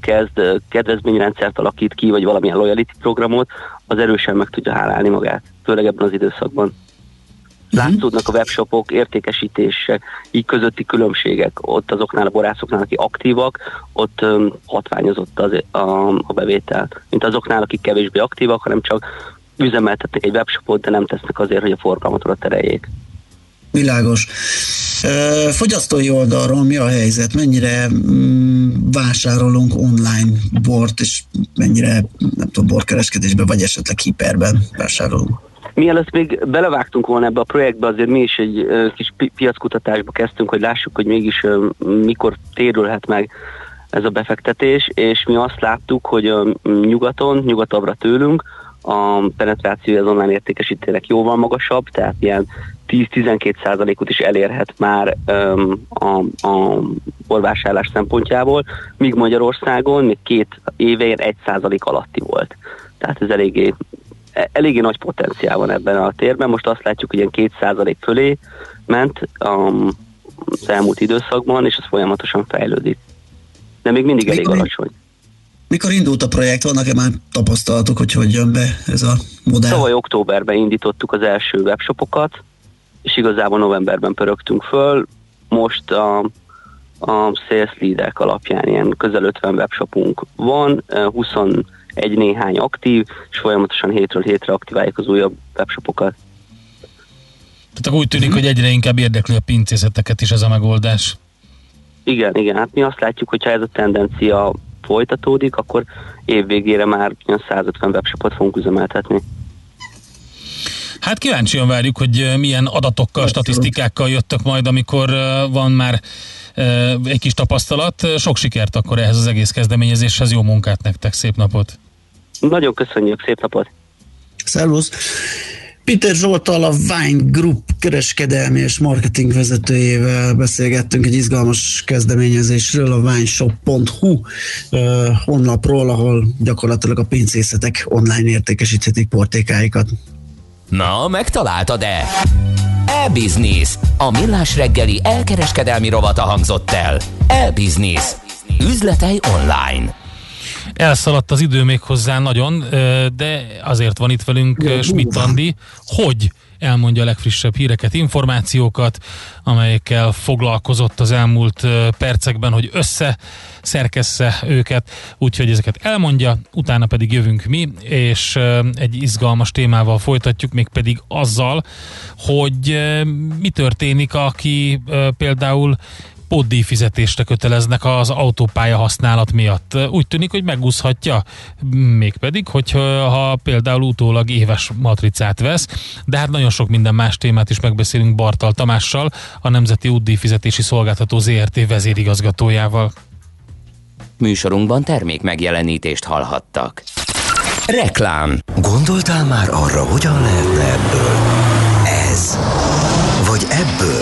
kezd, kedvezményrendszert alakít ki, vagy valamilyen loyalty programot, az erősen meg tudja hálálni magát, főleg ebben az időszakban. Látszódnak a webshopok, értékesítések, így közötti különbségek, ott azoknál a borászoknál, akik aktívak, ott hatványozott a bevétel, mint azoknál, akik kevésbé aktívak, hanem csak üzemeltetnek egy webshopot, de nem tesznek azért, hogy a forgalmat oda tereljék. Világos. Fogyasztói oldalról mi a helyzet? Mennyire vásárolunk online bort, és mennyire, nem tudom, borkereskedésben, vagy esetleg hiperben vásárolunk? Mielőtt még belevágtunk volna ebbe a projektbe, azért mi is egy kis piackutatásba kezdtünk, hogy lássuk, hogy mégis mikor térülhet meg ez a befektetés, és mi azt láttuk, hogy nyugatabbra tőlünk a penetrációja az online értékesítőnek jóval magasabb, tehát ilyen 10-12%-ot is elérhet már a borvásárlás szempontjából, míg Magyarországon még 2 éve 1% alatti volt. Tehát ez eléggé nagy potenciál van ebben a térben. Most azt látjuk, hogy ilyen 2% fölé ment az elmúlt időszakban, és az folyamatosan fejlődik. De még mindig elég alacsony. Mikor indult a projekt? Vannak-e már tapasztalatok, hogy jön be ez a modell? Tavaly októberben indítottuk az első webshopokat, és igazából novemberben pörögtünk föl. Most a sales lead-ek alapján ilyen közel 50 webshopunk van, 21 néhány aktív, és folyamatosan hétről hétre aktiváljuk az újabb webshopokat. Tehát úgy tűnik, hogy egyre inkább érdekli a pincészeteket is ez a megoldás. Igen, hát mi azt látjuk, hogyha ez a tendencia folytatódik, akkor év végére már 150 webshopot fogunk üzemeltetni. Hát kíváncsian várjuk, hogy milyen adatokkal, statisztikákkal jöttök majd, amikor van már egy kis tapasztalat. Sok sikert akkor ehhez az egész kezdeményezéshez, jó munkát nektek, szép napot! Nagyon köszönjük, szép napot! Szervusz! Péter Zsolttal, a Wine Group kereskedelmi és marketing vezetőjével beszélgettünk egy izgalmas kezdeményezésről, a wineshop.hu honlapról, ahol gyakorlatilag a pincészetek online értékesíthetik portékáikat. Na, megtaláltad-e? E-Business, a millás reggeli elkereskedelmi rovata hangzott el. E-Business, üzletei online. Elszaladt az idő még hozzá nagyon, de azért van itt velünk Schmidt Andi, hogy elmondja a legfrissebb híreket, információkat, amelyekkel foglalkozott az elmúlt percekben, hogy összeszerkessze őket, úgyhogy ezeket elmondja, utána pedig jövünk mi, és egy izgalmas témával folytatjuk, mégpedig azzal, hogy mi történik, aki például pótdíjfizetésre köteleznek az autópálya használat miatt. Úgy tűnik, hogy megúszhatja, mégpedig, hogyha például utólag éves matricát vesz, de hát nagyon sok minden más témát is megbeszélünk Bartal Tamással, a Nemzeti Útdíjfizetési Szolgáltató ZRT vezérigazgatójával. Műsorunkban termék megjelenítést hallhattak. Reklám. Gondoltál már arra, hogyan lehetne ebből ez? Vagy ebből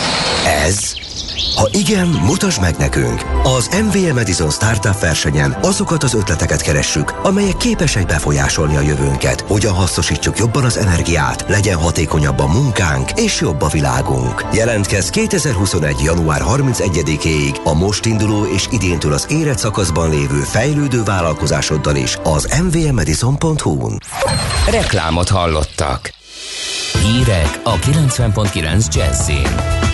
ez? Ha igen, mutasd meg nekünk! Az MVM Edison Startup versenyen azokat az ötleteket keressük, amelyek képesek befolyásolni a jövőnket, hogyan hasznosítsuk jobban az energiát, legyen hatékonyabb a munkánk és jobb a világunk. Jelentkezz 2021. január 31-éig a most induló és idéntől az érett szakaszban lévő fejlődő vállalkozásoddal is az mvmedison.hu-n. Reklámot hallottak. Hírek a 90.9 Jazzin.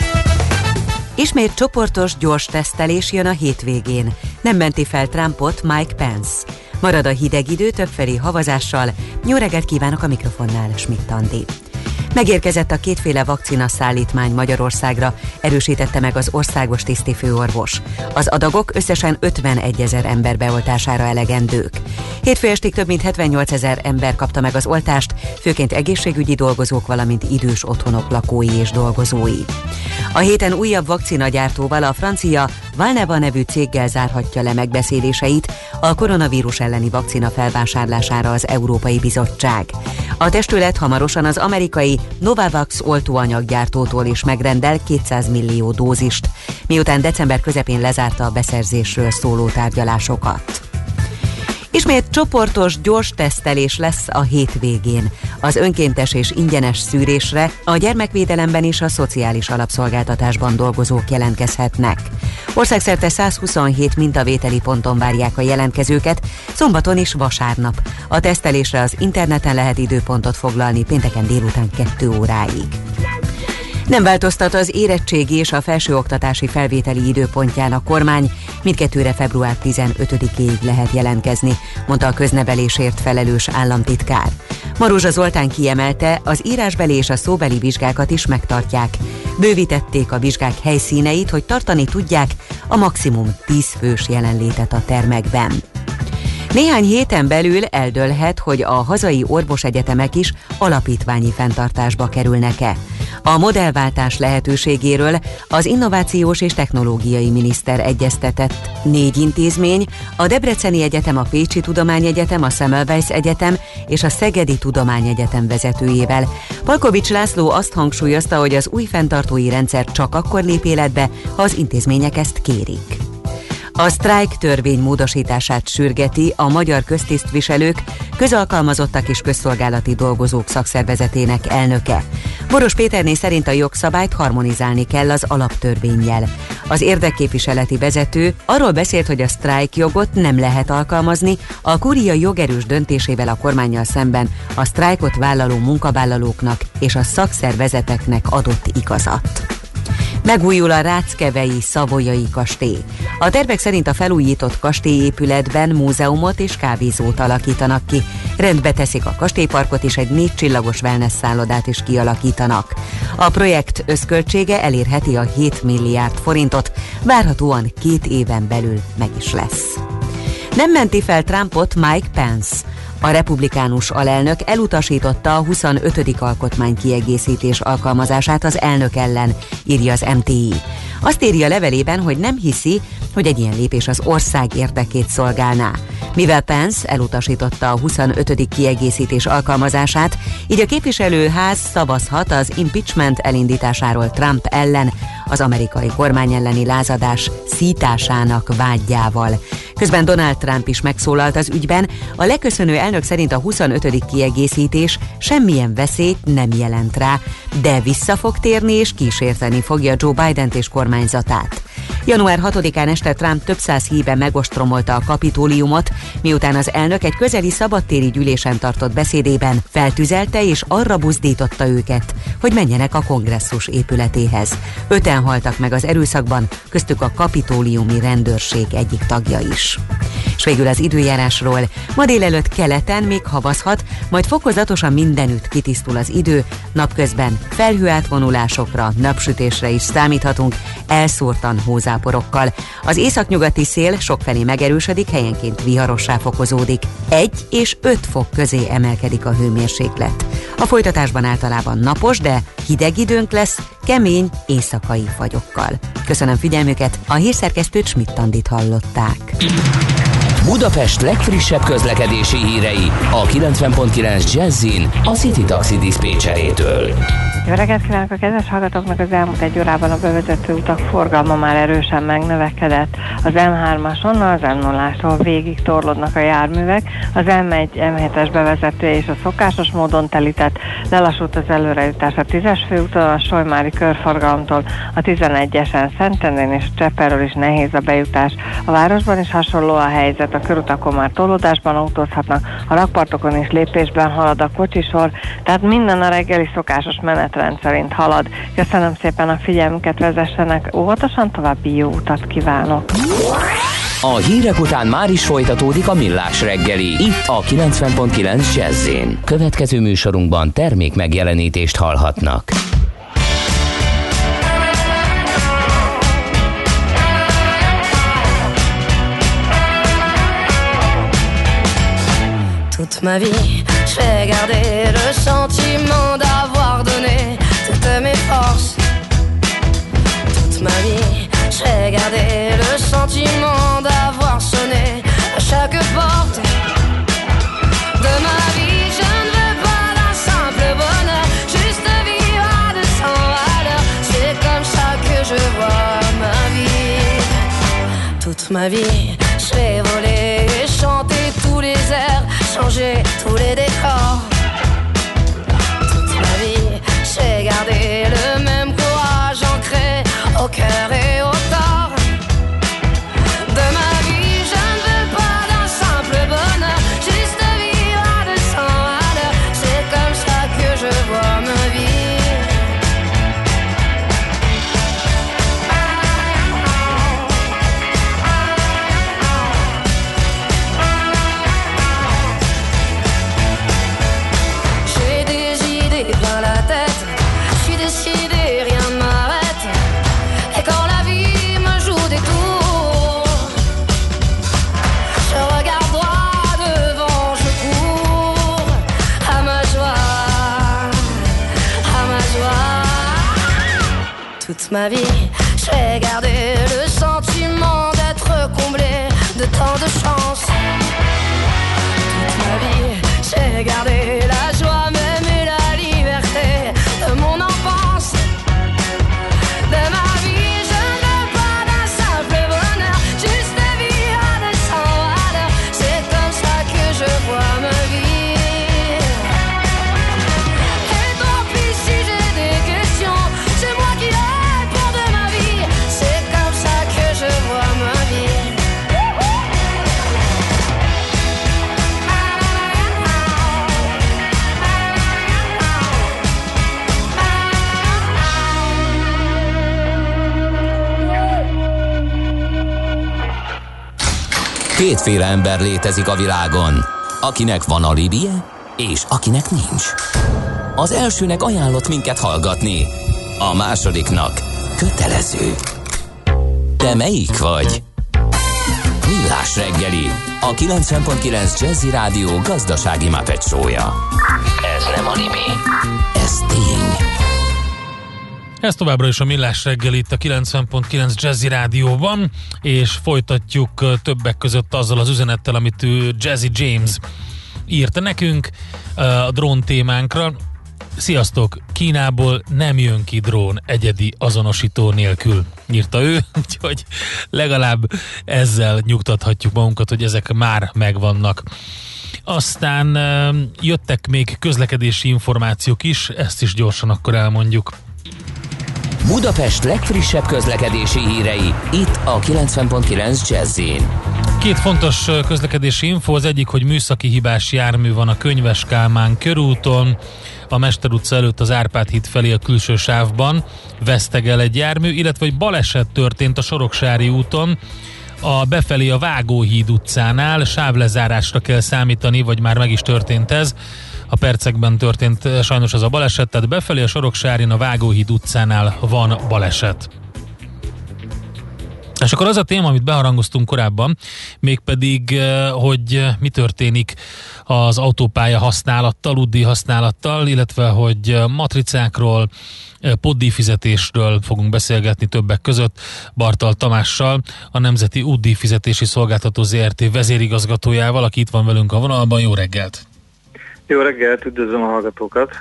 Ismét csoportos, gyors tesztelés jön a hétvégén. Nem menti fel Trumpot Mike Pence. Marad a hideg idő, többfelé havazással. Jó reggelt kívánok, a mikrofonnál Schmidt Andi. Megérkezett a kétféle vakcina szállítmány Magyarországra, erősítette meg az országos tisztifőorvos. Az adagok összesen 51 000 ember beoltására elegendők. Hétfő estig több mint 78 000 ember kapta meg az oltást, főként egészségügyi dolgozók, valamint idős otthonok lakói és dolgozói. A héten újabb vakcinagyártóval, a francia Valneva nevű céggel zárhatja le megbeszéléseit a koronavírus elleni vakcina felvásárlására az Európai Bizottság. A testület hamarosan az amerikai Novavax oltóanyaggyártótól is megrendel 200 millió dózist, miután december közepén lezárta a beszerzésről szóló tárgyalásokat. Ismét csoportos gyors tesztelés lesz a hétvégén. Az önkéntes és ingyenes szűrésre a gyermekvédelemben és a szociális alapszolgáltatásban dolgozók jelentkezhetnek. Országszerte 127 mintavételi ponton várják a jelentkezőket, szombaton és vasárnap. A tesztelésre az interneten lehet időpontot foglalni pénteken délután 2 óráig. Nem változtat az érettségi és a felsőoktatási felvételi időpontján a kormány, mindkettőre február 15-ig lehet jelentkezni, mondta a köznevelésért felelős államtitkár. Maruzsa Zoltán kiemelte, az írásbeli és a szóbeli vizsgákat is megtartják. Bővítették a vizsgák helyszíneit, hogy tartani tudják a maximum 10 fős jelenlétet a termekben. Néhány héten belül eldőlhet, hogy a hazai orvosegyetemek is alapítványi fenntartásba kerülnek-e. A modellváltás lehetőségéről az Innovációs és Technológiai Miniszter egyeztetett. 4 intézmény, a Debreceni Egyetem, a Pécsi Tudományegyetem, a Semmelweis Egyetem és a Szegedi Tudományegyetem vezetőjével. Palkovics László azt hangsúlyozta, hogy az új fenntartói rendszer csak akkor lép életbe, ha az intézmények ezt kérik. A sztrájk törvény módosítását sürgeti a magyar köztisztviselők, közalkalmazottak és közszolgálati dolgozók szakszervezetének elnöke. Boros Péterné szerint a jogszabályt harmonizálni kell az alaptörvénnyel. Az érdekképviseleti vezető arról beszélt, hogy a sztrájkjogot nem lehet alkalmazni, a kúria jogerős döntésével a kormánnyal szemben a sztrájkot vállaló munkavállalóknak és a szakszervezeteknek adott igazat. Megújul a Ráckevei Savoyai kastély. A tervek szerint a felújított kastélyépületben múzeumot és kávézót alakítanak ki. Rendbe teszik a kastélyparkot és egy 4 csillagos wellness szállodát is kialakítanak. A projekt összköltsége elérheti a 7 milliárd forintot, várhatóan 2 éven belül meg is lesz. Nem menti fel Trumpot Mike Pence. A republikánus alelnök elutasította a 25. alkotmánykiegészítés alkalmazását az elnök ellen, írja az MTI. Azt írja levelében, hogy nem hiszi, hogy egy ilyen lépés az ország érdekét szolgálná. Mivel Pence elutasította a 25. kiegészítés alkalmazását, így a képviselőház szavazhat az impeachment elindításáról Trump ellen, az amerikai kormány elleni lázadás szításának vádjával. Közben Donald Trump is megszólalt az ügyben, a leköszönő elnök szerint a 25. kiegészítés semmilyen veszélyt nem jelent rá, de vissza fog térni és kísérteni fogja Joe Bident és kormányzatát. Január 6-án este Trump több száz híven megostromolta a Kapitóliumot, miután az elnök egy közeli szabadtéri gyűlésen tartott beszédében feltüzelte és arra buzdította őket, hogy menjenek a kongresszus épületéhez. 5-en haltak meg az erőszakban, köztük a kapitóliumi rendőrség egyik tagja is. És végül az időjárásról. Ma délelőtt keleten még havazhat, majd fokozatosan mindenütt kitisztul az idő, napközben felhőátvonulásokra, napsütésre is számíthatunk, elszórtan hózáporokkal. Az északnyugati szél sokfelé megerősödik, helyenként viharossá fokozódik. 1 és 5 fok közé emelkedik a hőmérséklet. A folytatásban általában napos, de hideg időnk lesz, kemény éjszakai fagyokkal. Köszönöm figyelmüket, a hírszerkesztőt Schmidt-Andit hallották. Budapest legfrissebb közlekedési hírei a 90.9 Jazzin a City Taxi diszpécserétől. Jó reggelt kívánok a kedves hallgatóknak! Az elmúlt 1 órában a bevezető utak forgalma már erősen megnövekedett. Az M3-ason, az M0-ásról végig torlódnak a járművek, az M1, M7-es bevezetője és a szokásos módon telített, lelassult az előrejutás a 10-es főúton, a Solymári körforgalomtól a 11-esen Szentendrén és Csepperről is nehéz a bejutás. A városban is hasonló a helyzet, a körutakon már tolódásban autózhatnak, a rakpartokon is lépésben halad a kocsisor, tehát minden a reggeli szokásos menetrend szerint halad. Köszönöm szépen a figyelmüket, vezessenek óvatosan, további jó utat kívánok! A hírek után már is folytatódik a Millás reggeli, itt a 90.9 Jazz-én. Következő műsorunkban termék megjelenítést hallhatnak. Toute ma vie, je vais garder le sentiment d'avoir donné toutes mes forces. Toute ma vie, je vais garder le sentiment d'avoir sonné à chaque porte de ma vie. Je ne veux pas d'un simple bonheur, juste vivre à 200 à l'heure. C'est comme ça que je vois ma vie. Toute ma vie, je vais voler et chanter tous les toute ma vie, je vais garder le sentiment d'être comblé de tant de chance. Toute ma vie, je vais garder la joie même et la liberté de mon enfance. De ma vie, je ne veux pas d'un simple bonheur, juste vivre de sans valeur. C'est comme ça que je vois ma vie. Et tant pis si j'ai des questions, c'est moi qui réponds de ma vie. C'est comme ça que je vois ma vie. Kétféle ember létezik a világon, akinek van alibije, és akinek nincs. Az elsőnek ajánlott minket hallgatni, a másodiknak kötelező. Te melyik vagy? Millás reggeli, a 90.9 Jazzy Rádió gazdasági Muppet show-ja. Ez nem anime, ez tény. Ez továbbra is a Millás reggel itt a 90.9 Jazzy Rádióban, és folytatjuk többek között azzal az üzenettel, amit Jazzy James írta nekünk a drón témánkra. Sziasztok! Kínából nem jön ki drón egyedi azonosító nélkül, írta ő, úgyhogy legalább ezzel nyugtathatjuk magunkat, hogy ezek már megvannak. Aztán jöttek még közlekedési információk is, ezt is gyorsan akkor elmondjuk. Budapest legfrissebb közlekedési hírei, itt a 90.9 Jazz-in. Két fontos közlekedési info, az egyik, hogy műszaki hibás jármű van a Könyves Kálmán körúton, a Mester utca előtt az Árpád híd felé a külső sávban vesztegel egy jármű, illetve egy baleset történt a Soroksári úton, befelé a Vágóhíd utcánál, sávlezárásra kell számítani, vagy már meg is történt ez. A percekben történt sajnos ez a baleset, tehát befelé a Soroksárin a Vágóhíd utcánál van baleset. És akkor az a téma, amit beharangoztunk korábban, mégpedig, hogy mi történik az autópálya használattal, útdíj használattal, illetve hogy matricákról, pótdíjfizetésről fogunk beszélgetni többek között Bartal Tamással, a Nemzeti Útdíjfizetési Szolgáltató Zrt. Vezérigazgatójával, aki itt van velünk a vonalban. Jó reggelt! Jó reggelt, üdvözlöm a hallgatókat!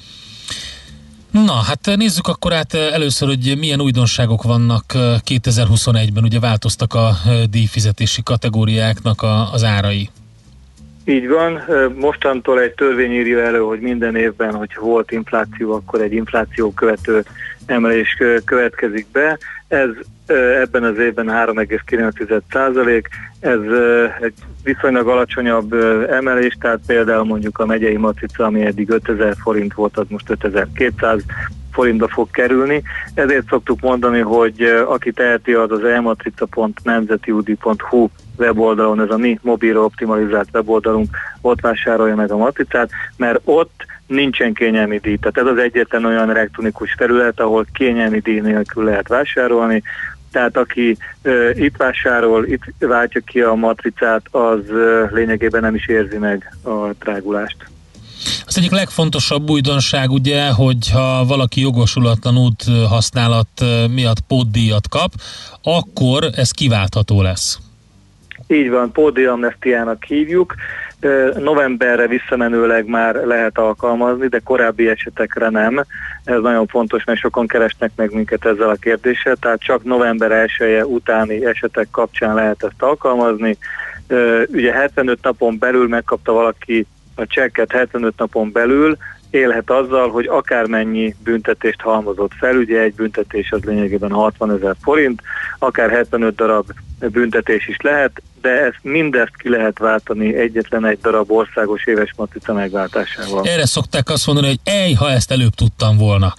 Na, hát nézzük akkor át először, hogy milyen újdonságok vannak 2021-ben. Ugye változtak a díjfizetési kategóriáknak az árai. Így van, mostantól egy törvény írja elő, hogy minden évben, hogyha volt infláció, akkor egy infláció követő emelés következik be. Ez ebben az évben 3,9%, ez egy viszonylag alacsonyabb emelés, tehát például mondjuk a megyei matrica, ami eddig 5000 forint volt, az most 5200 forintba fog kerülni. Ezért szoktuk mondani, hogy aki teheti, az az elmatrica.nemzetiudi.hu weboldalon, ez a mi mobilra optimalizált weboldalunk, ott vásárolja meg a matricát, mert ott nincsen kényelmi díj. Tehát ez az egyetlen olyan elektronikus terület, ahol kényelmi díj nélkül lehet vásárolni. Tehát aki itt vásárol, itt váltja ki a matricát, az lényegében nem is érzi meg a drágulást. Az egyik legfontosabb újdonság ugye, hogyha valaki jogosulatlan út használat miatt pótdíjat kap, akkor ez kiváltható lesz. Így van, pótdíjamnesztiának hívjuk. Novemberre visszamenőleg már lehet alkalmazni, de korábbi esetekre nem. Ez nagyon fontos, mert sokan keresnek meg minket ezzel a kérdéssel, tehát csak november 1-e utáni esetek kapcsán lehet ezt alkalmazni. Ugye 75 napon belül megkapta valaki a csekket, 75 napon belül élhet azzal, hogy akármennyi büntetést halmozott fel, ugye egy büntetés az lényegében 60 000 forint, akár 75 darab büntetés is lehet, de ezt mindezt ki lehet váltani egyetlen egy darab országos éves matrica megváltásával. Erre szokták azt mondani, hogy ha ezt előbb tudtam volna.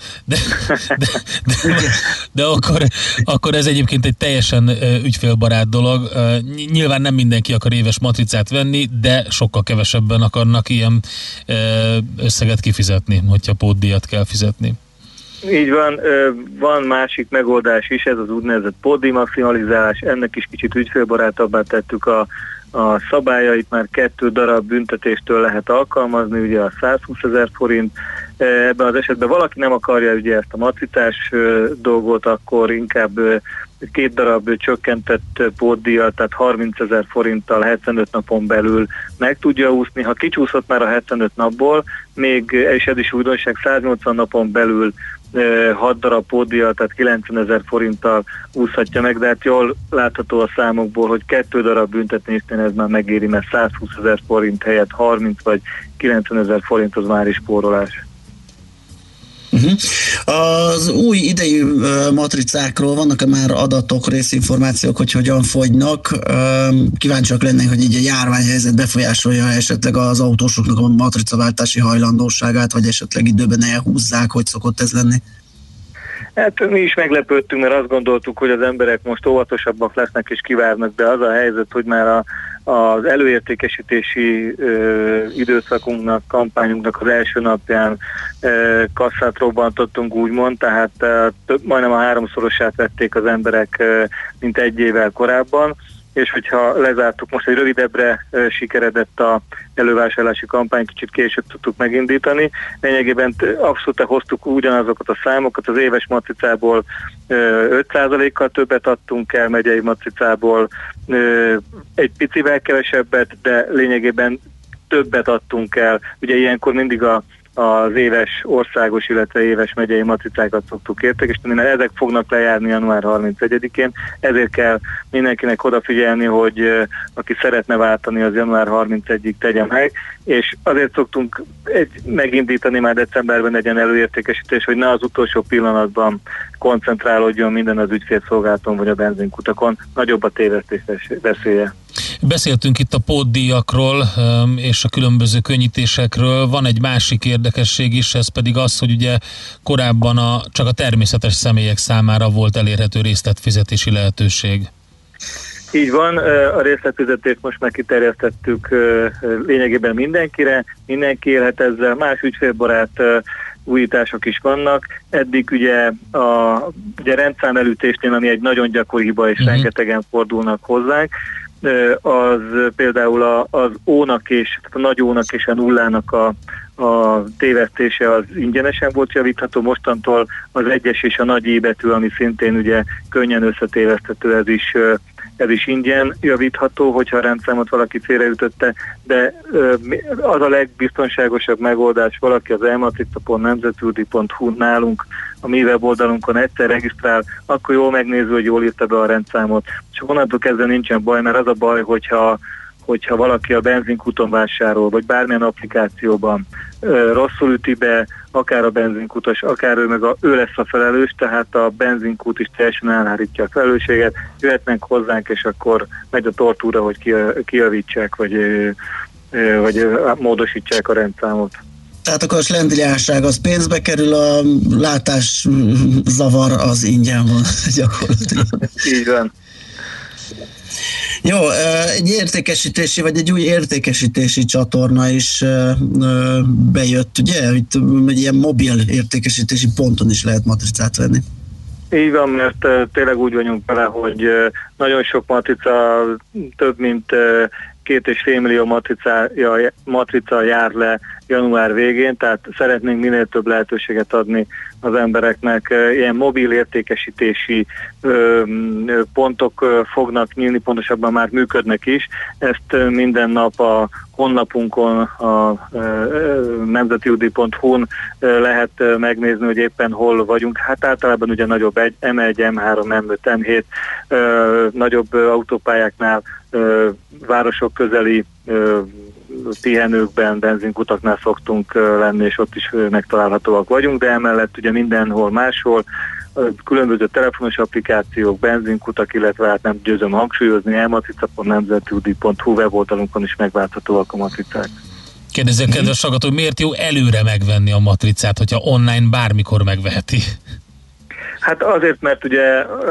De akkor ez egyébként egy teljesen ügyfélbarát dolog. Nyilván nem mindenki akar éves matricát venni, de sokkal kevesebben akarnak ilyen összeget kifizetni, hogyha pótdíjat kell fizetni. Így van, van másik megoldás is, ez az úgynevezett pótdíj maximalizálás, ennek is kicsit ügyfélbarátabbá tettük a szabályait, már 2 darab büntetéstől lehet alkalmazni, ugye a 120 000 forint ebben az esetben valaki nem akarja ugye ezt a matricás dolgot, akkor inkább 2 darab csökkentett pótdíjat, tehát 30 000 forinttal 75 napon belül meg tudja úszni. Ha kicsúszott már a 75 napból, még, és ez is újdonság, 180 napon belül 6 darab pótdíjat, tehát 90 000 forinttal úszhatja meg, de hát jól látható a számokból, hogy 2 darab büntetésnél ez már megéri, mert 120 000 forint helyett 30 vagy 90 000 forint az már is spórolás. Az új idei matricákról vannak-e már adatok, részinformációk, hogy hogyan fogynak? Kíváncsiak lennénk, hogy így a járványhelyzet befolyásolja esetleg az autósoknak a matricaváltási hajlandóságát, vagy esetleg időben elhúzzák, hogy szokott ez lenni? Hát mi is meglepődtünk, mert azt gondoltuk, hogy az emberek most óvatosabbak lesznek és kivárnak, de az a helyzet, hogy már az előértékesítési időszakunknak, kampányunknak az első napján kasszát robbantottunk, úgymond, tehát majdnem a 3-szorosát vették az emberek, mint 1 évvel korábban, és hogyha lezártuk, most egy rövidebbre sikeredett a elővásárlási kampány, kicsit később tudtuk megindítani. Lényegében abszolút hoztuk ugyanazokat a számokat, az éves matricából 5%-kal többet adtunk el, megyei matricából egy picivel kevesebbet, de lényegében többet adtunk el. Ugye ilyenkor mindig az éves országos, illetve éves megyei matricákat szoktuk értékesíteni, mert ezek fognak lejárni január 31-én, ezért kell mindenkinek odafigyelni, hogy aki szeretne váltani, az január 31-ig tegye meg, és azért szoktunk megindítani már decemberben egy ilyen előértékesítés, hogy ne az utolsó pillanatban koncentrálódjon minden az ügyfélszolgálaton vagy a benzinkutakon, nagyobb a tévesztés veszélye. Beszéltünk itt a pótdíjakról és a különböző könnyítésekről. Van egy másik érdekesség is, ez pedig az, hogy ugye korábban csak a természetes személyek számára volt elérhető részletfizetési lehetőség. Így van, a részletfizetést most már kiterjesztettük lényegében mindenkire, mindenki élhet ezzel, más ügyfélbarát újítások is vannak. Eddig ugye rendszámelütésnél, ami egy nagyon gyakori hiba, és rengetegen fordulnak hozzánk, az például az ónak és a nagy ónak és a nullának a tévesztése az ingyenesen volt javítható, mostantól az 1-es és a nagy I betű, ami szintén ugye könnyen összetéveszthető, ez is ingyen javítható, hogyha a rendszámot valaki félreütötte, de az a legbiztonságosabb megoldás, valaki az elmatrica.nemzetúdi.hu nálunk a mi weboldalunkon egyszer regisztrál, akkor jól megnéző, hogy jól írta be a rendszámot, és onnantól kezdve nincsen baj, mert az a baj, hogyha valaki a benzinkúton vásárol, vagy bármilyen applikációban rosszul üti be, akár a benzinkutas, akár ő lesz a felelős, tehát a benzinkút is teljesen elhárítja a felelősséget, jöhetnek hozzánk, és akkor megy a tortúra, hogy kijavítsák, vagy módosítsák a rendszámot. Tehát akkor a slendriánság az pénzbe kerül, a látászavar az ingyen van gyakorlatilag. Így van. Jó, egy értékesítési, vagy egy új értékesítési csatorna is bejött, ugye? Itt egy ilyen mobil értékesítési ponton is lehet matricát venni. Így van, mert tényleg úgy vagyunk vele, hogy nagyon sok matrica, több mint 2,5 millió matrica jár le január végén, tehát szeretnénk minél több lehetőséget adni az embereknek. Ilyen mobil értékesítési pontok fognak nyílni, pontosabban már működnek is. Ezt minden nap a honlapunkon, a nemzetiudi.hu-n lehet megnézni, hogy éppen hol vagyunk. Hát általában ugye nagyobb M1, M3, M5, M7 nagyobb autópályáknál, városok közeli pihenőkben, benzinkutaknál szoktunk lenni, és ott is megtalálhatóak vagyunk, de emellett ugye mindenhol máshol, különböző telefonos applikációk, benzinkutak, illetve hát nem győzöm hangsúlyozni, elmatrica.nemzetúdi.hu weboldalunkon is megválthatóak a matricák. Kérdezzek, kedves hallgató, miért jó előre megvenni a matricát, hogyha online bármikor megveheti? Hát azért, mert ugye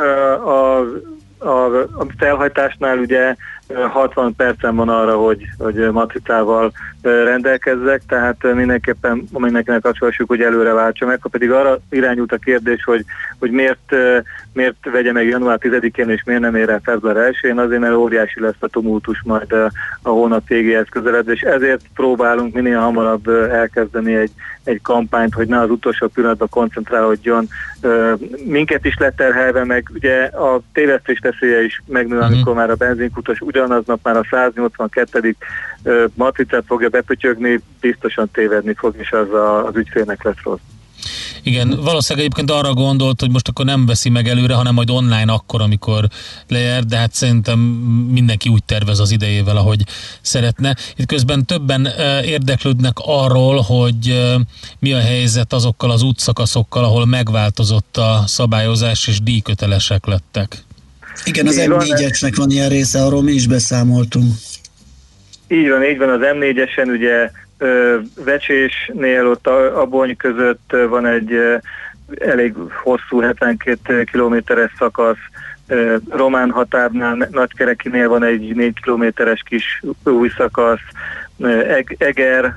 a felhajtásnál ugye 60 percen van arra, hogy matricával rendelkezzek, tehát mindenképpen mindenkinek azt javasoljuk, hogy előre váltsa meg. Ha pedig arra irányult a kérdés, hogy miért vegye meg január 10-én, és miért nem ér el február 1-én, azért, mert óriási lesz a tumultus majd a hónap végéhez közeledve, és ezért próbálunk minél hamarabb elkezdeni egy egy kampányt, hogy ne az utolsó pillanatban koncentrálódjon. Minket is leterhelve, meg ugye a tévesztés veszélye is megnő, amikor már a benzinkutas ugyanaznap már a 182. matricát fogja bepötyögni, biztosan tévedni fog, és az az ügyfélnek lesz rossz. Igen, valószínűleg egyébként arra gondolt, hogy most akkor nem veszi meg előre, hanem majd online akkor, amikor lejár, de hát szerintem mindenki úgy tervez az idejével, ahogy szeretne. Itt közben többen érdeklődnek arról, hogy mi a helyzet azokkal az útszakaszokkal, ahol megváltozott a szabályozás és díjkötelesek lettek. Igen, az M4-esnek van ilyen része, arról mi is beszámoltunk. Így van, az M4-esen ugye Vecsésnél ott Abony között van egy elég hosszú 72 kilométeres szakasz, Román határnál, Nagykerekinél van egy 4 kilométeres kis új szakasz, Eger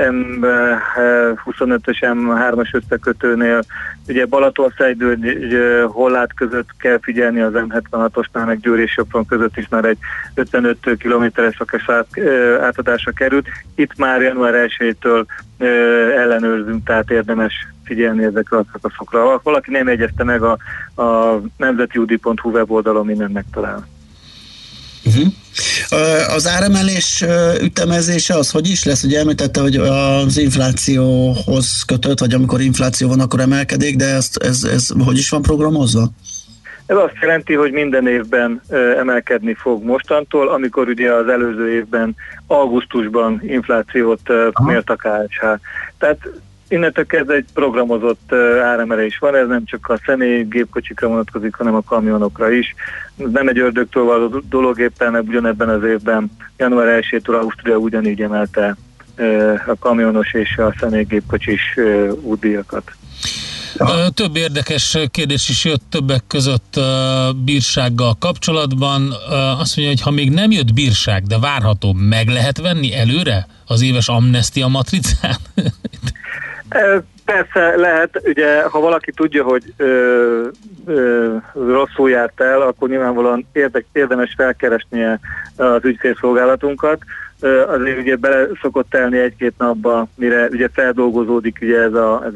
M25-ös M3-as összekötőnél, ugye Balatonszegő, Hollát között kell figyelni, az M76-osnál, meg Győr és Sopron között is már egy 55 kilométeres szakasz átadásra került. Itt már január 1-től ellenőrzünk, tehát érdemes figyelni ezekre a szakaszokra. Ha valaki nem jegyezte meg, a nemzetiudi.hu weboldalon minden megtalál. Az áremelés ütemezése az hogy is lesz? Ugye említette, hogy az inflációhoz kötött, vagy amikor infláció van, akkor emelkedik, de ez hogy is van programozva? Ez azt jelenti, hogy minden évben emelkedni fog mostantól, amikor ugye az előző évben augusztusban inflációt mért a KSH. Tehát innentől kezdve egy programozott áremelés van, ez nem csak a személyi gépkocsikra vonatkozik, hanem a kamionokra is. Nem egy ördögtől való dolog, éppen ugyanebben az évben, január 1-től Ausztria ugyanígy emelte a kamionos és a személygépkocsis útdíjakat. Több érdekes kérdés is jött többek között bírsággal kapcsolatban. Azt mondja, hogy ha még nem jött bírság, de várható, meg lehet venni előre az éves amnestia matricán? Persze lehet, ugye ha valaki tudja, hogy rosszul járt el, akkor nyilvánvalóan érdemes felkeresnie az ügyfélszolgálatunkat. Azért ugye bele szokott telni 1-2 napba, mire ugye feldolgozódik ugye ez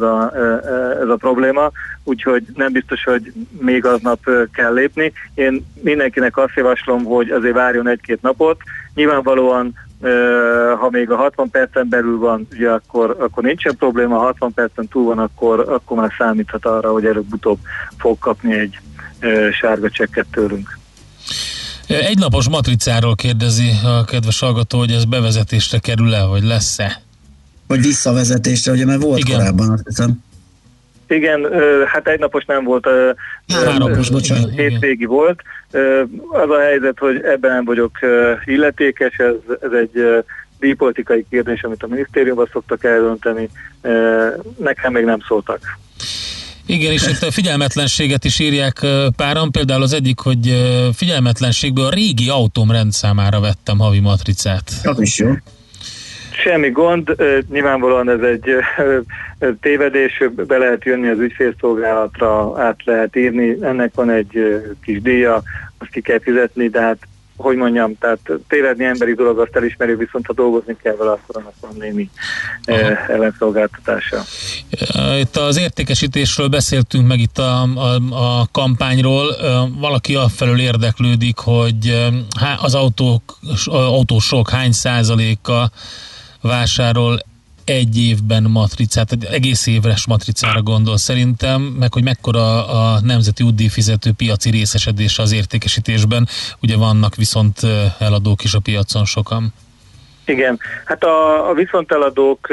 a probléma, úgyhogy nem biztos, hogy még aznap kell lépni. Én mindenkinek azt javaslom, hogy azért várjon 1-2 napot. Nyilvánvalóan ha még a 60 percen belül van, ugye akkor nincsen probléma, ha 60 percen túl van, akkor már számíthat arra, hogy előbb-utóbb fog kapni egy sárga csekket tőlünk. Egy napos matricáról kérdezi a kedves hallgató, hogy ez bevezetésre kerül-e, vagy lesz-e? Vagy visszavezetésre, ugye mert volt korábban, azt hiszem. Igen, hát egy napos nem volt, 3 napos, bocsánat. Hétvégi volt. Az a helyzet, hogy ebben nem vagyok illetékes, ez egy díjpolitikai kérdés, amit a minisztériumban szoktak eldönteni. Nekem még nem szóltak. Igen, és itt a figyelmetlenséget is írják páran, például az egyik, hogy figyelmetlenségből a régi autóm rendszámára vettem havi matricát. Az is jó. Semmi gond, nyilvánvalóan ez egy tévedés, be lehet jönni az ügyfélszolgálatra, át lehet írni, ennek van egy kis díja, azt ki kell fizetni, de hát, hogy mondjam, tehát tévedni emberi dolog, azt elismerjük, viszont ha dolgozni kell vele, akkor annak van némi ellenszolgáltatása. Itt az értékesítésről beszéltünk, meg itt a kampányról. Valaki afelől érdeklődik, hogy az autósok hány százaléka vásárol egy évben matricát, egész éves matricára gondol szerintem, meg hogy mekkora a nemzeti útdíjfizető piaci részesedése az értékesítésben. Ugye vannak viszont eladók is a piacon sokan. Igen, hát a viszonteladók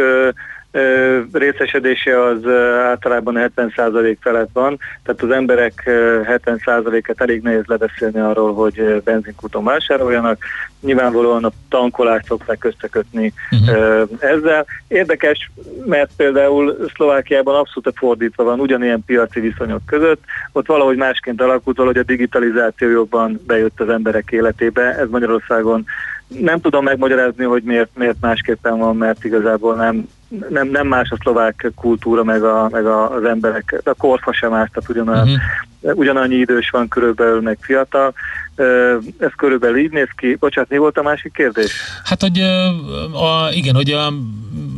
részesedése az általában 70% felett van, tehát az emberek 70%-et elég nehéz lebeszélni arról, hogy benzinkúton vásároljanak. Nyilvánvalóan a tankolást szokták összekötni ezzel. Érdekes, mert például Szlovákiában abszolút fordítva van, ugyanilyen piaci viszonyok között. Ott valahogy másként alakult, hogy a digitalizáció jobban bejött az emberek életébe. Ez Magyarországon nem tudom megmagyarázni, hogy miért másképpen van, mert igazából nem más a szlovák kultúra, meg az emberek, a korfa sem más, tehát ugyanannyi idős van körülbelül, meg fiatal. Ez körülbelül így néz ki. Bocsánat, mi volt a másik kérdés? Hát, hogy igen, hogy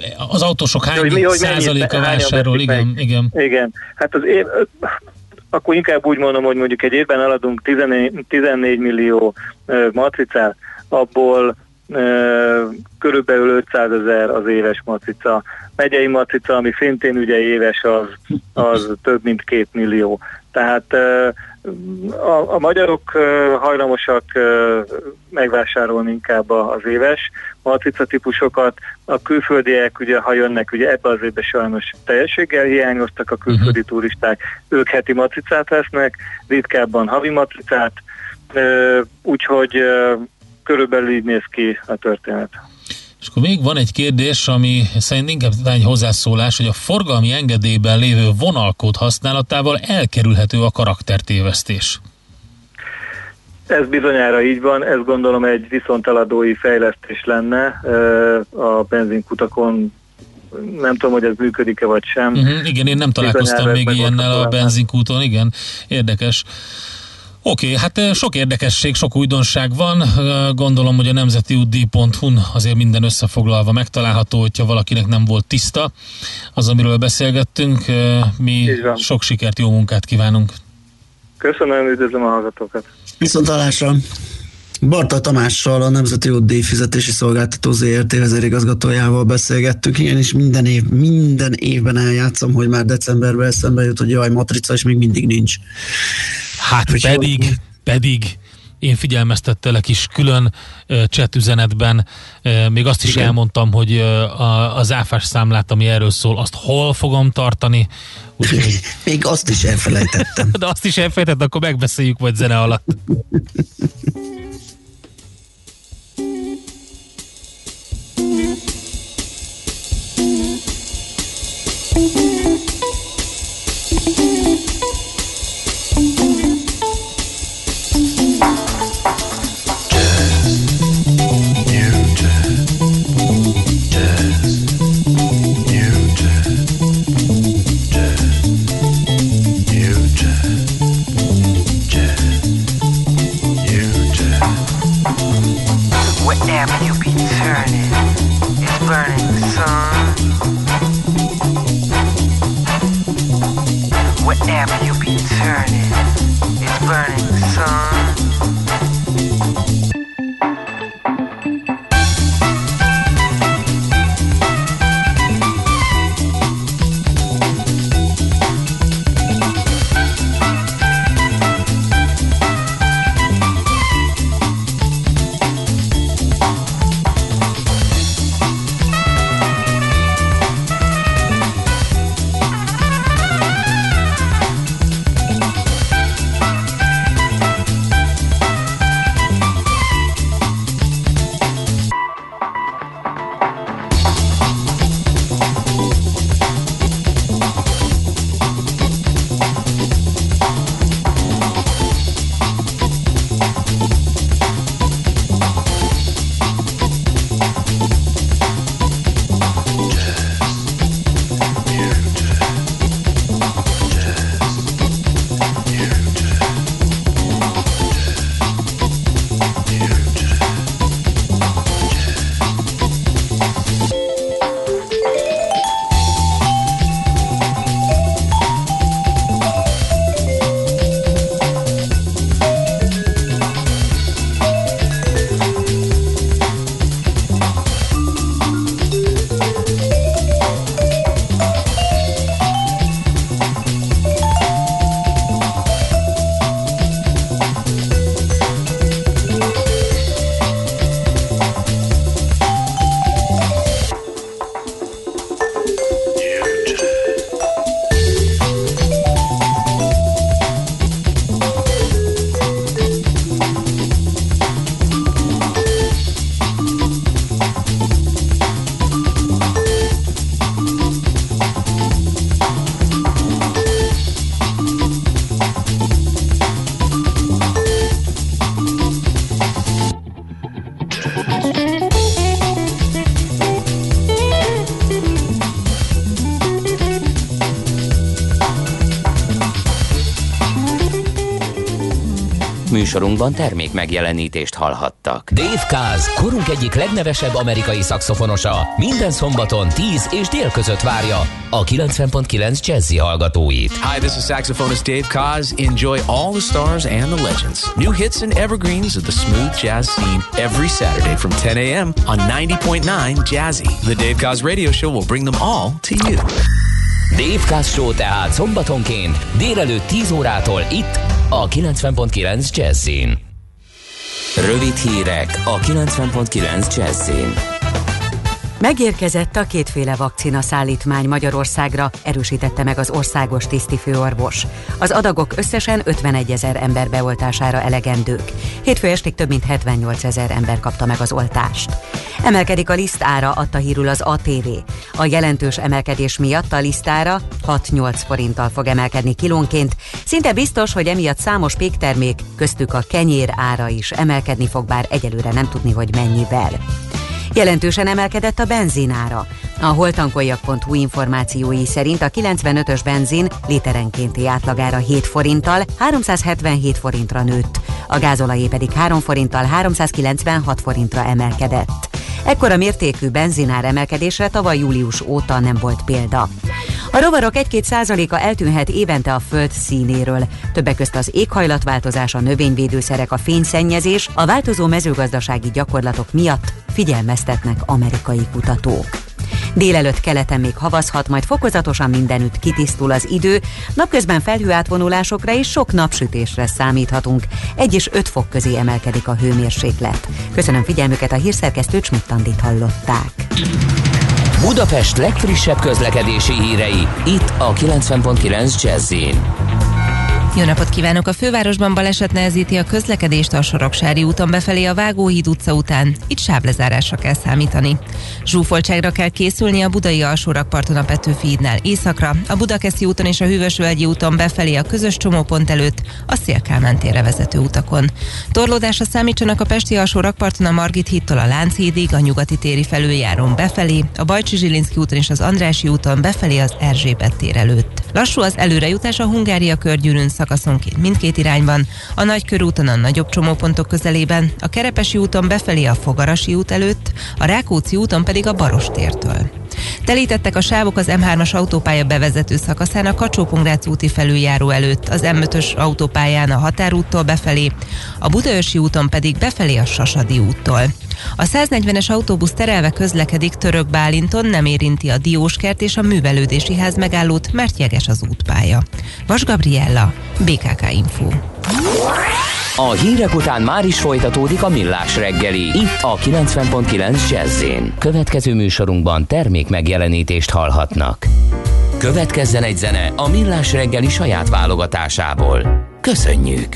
az autósok hány százaléka vásárol, igen. Hát az év, akkor inkább úgy mondom, hogy mondjuk egy évben eladunk 14 millió matricát, abból körülbelül 500 000 az éves matrica. Megyei matrica, ami szintén ugye éves, az több mint 2 millió. Tehát a magyarok hajlamosak megvásárolni inkább az éves matrica típusokat. A külföldiek, ugye, ha jönnek, ugye ebbe az évben sajnos teljességgel hiányoztak a külföldi turisták, ők heti matricát vesznek, ritkábban havi matricát, úgyhogy körülbelül így néz ki a történet. És akkor még van egy kérdés, ami szerint inkább egy hozzászólás, hogy a forgalmi engedélyben lévő vonalkód használatával elkerülhető a karaktertévesztés. Ez bizonyára így van, ez gondolom egy viszonteladói fejlesztés lenne a benzinkutakon. Nem tudom, hogy ez működik-e vagy sem. Igen, én nem találkoztam még ilyennel a benzinkúton, igen, érdekes. Oké, hát sok érdekesség, sok újdonság van. Gondolom, hogy a nemzetiútdíj.hu-n azért minden összefoglalva megtalálható, hogyha valakinek nem volt tiszta az, amiről beszélgettünk. Mi sok sikert, jó munkát kívánunk. Köszönöm, üdvözlöm a hallgatókat. Viszontlátásra! Bartal Tamással, a Nemzeti Útdíj Fizetési Szolgáltató ZRT vezérigazgatójával beszélgettük. Igen, és minden évben eljátszom, hogy már decemberben eszembe jut, hogy jaj, matrica, és még mindig nincs. Hát pedig én figyelmeztettelek is külön chat üzenetben, még azt is elmondtam, hogy az áfás számlát, ami erről szól, azt hol fogom tartani. Úgyhogy... Még azt is elfelejtettem. De azt is elfelejtettem, akkor megbeszéljük majd zene alatt. műsorunkban termék megjelenítést hallhattak. Dave Kaz, korunk egyik legnevesebb amerikai szaxofonosa, minden szombaton 10 és dél között várja a 90.9 Jazzy hallgatóit. Hi, this is saxophonist Dave Kaz. Enjoy all the stars and the legends. New hits and evergreens of the smooth jazz scene every Saturday from 10 a.m. on 90.9 Jazzy. The Dave Kaz Radio Show will bring them all to you. Dave Kaz Show tehát szombatonként délelőtt 10 órától itt a 90.9 Jazzyn. Rövid hírek a 90.9 Jazzyn. Megérkezett a kétféle vakcina szállítmány Magyarországra, erősítette meg az országos tisztifőorvos. Az adagok összesen 51 000 ember beoltására elegendők. Hétfő estig több mint 78 000 ember kapta meg az oltást. Emelkedik a lisztára, adta hírül az ATV. A jelentős emelkedés miatt a lisztára 6-8 forinttal fog emelkedni kilónként. Szinte biztos, hogy emiatt számos péktermék, köztük a kenyér ára is emelkedni fog, bár egyelőre nem tudni, hogy mennyivel. Jelentősen emelkedett a benzinára. A holtankoljak.hu információi szerint a 95-ös benzin literenkénti átlagára 7 forinttal 377 forintra nőtt, a gázolajé pedig 3 forinttal 396 forintra emelkedett. Ekkora mértékű benzinár emelkedésre tavaly július óta nem volt példa. A rovarok 1-2%-a eltűnhet évente a föld színéről. Többek közt az éghajlatváltozás, a növényvédőszerek, a fényszennyezés, a változó mezőgazdasági gyakorlatok miatt figyelmeztetnek amerikai kutatók. Délelőtt keleten még havazhat, majd fokozatosan mindenütt kitisztul az idő, napközben felhőátvonulásokra és sok napsütésre számíthatunk. 1 és 5 fok közé emelkedik a hőmérséklet. Köszönöm figyelmüket, a hírszerkesztőt, Schmidt-Andit hallották. Budapest legfrissebb közlekedési hírei, itt a 90.9 Jazzyn. Jó napot kívánok! A fővárosban baleset nehezíti a közlekedést a Soroksári úton befelé a Vágóhíd utca után. Itt sávlezárásra kell számítani. Zsúfoltságra kell készülni a budai alsórakparton a Petőfi hídnál északra, a Budakeszi úton és a Hűvösvölgyi úton befelé a közös csomópont előtt, a Széll-Kálmán térre vezető utakon. Torlódásra számítsanak a pesti alsórakparton a Margit hídtól a Lánchídig, a Nyugati téri felüljárón befelé, a Bajcsy-Zsilinszky úton és az Andrássy úton befelé az Erzsébet tér előtt. Lassú az előrejutás a Hungária körgyűrűn szakaszonként mindkét irányban, a Nagykörúton a nagyobb csomópontok közelében, a Kerepesi úton befelé a Fogarasi út előtt, a Rákóczi úton pedig a Barostértől. Telítettek a sávok az M3-as autópálya bevezető szakaszán a Kacsó-Pongrác úti felüljáró előtt, az M5-ös autópályán a Határúttól befelé, a Budaörsi úton pedig befelé a Sasadi úttól. A 140-es autóbusz terelve közlekedik Török Bálinton, nem érinti a Dióskert és a Művelődési Ház megállót, mert jeges az útpálya. Vas Gabriella, BKK Info. A hírek után már is folytatódik a Millás reggeli, itt a 90.9 Jazzyn. Következő műsorunkban termék megjelenítést hallhatnak. Következzen egy zene a Millás reggeli saját válogatásából. Köszönjük!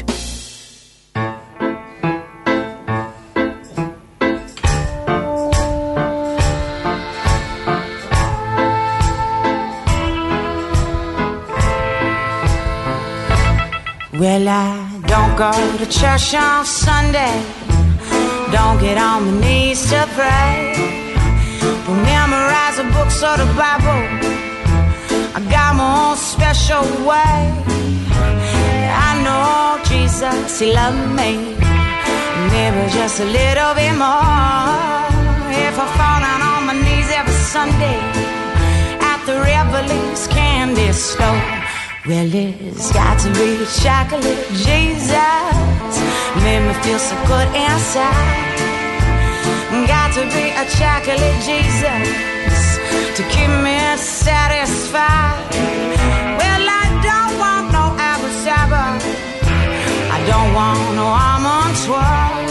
Well, I don't go to church on Sunday, don't get on my knees to pray, don't memorize the books or the Bible, I got my own special way. I know Jesus, He loved me, maybe just a little bit more. If I fall down on my knees every Sunday at the Revelings candy store, well, it's got to be chocolate Jesus, made me feel so good inside. Got to be a chocolate Jesus to keep me satisfied. Well, I don't want no apple cider, I don't want no almond twirl.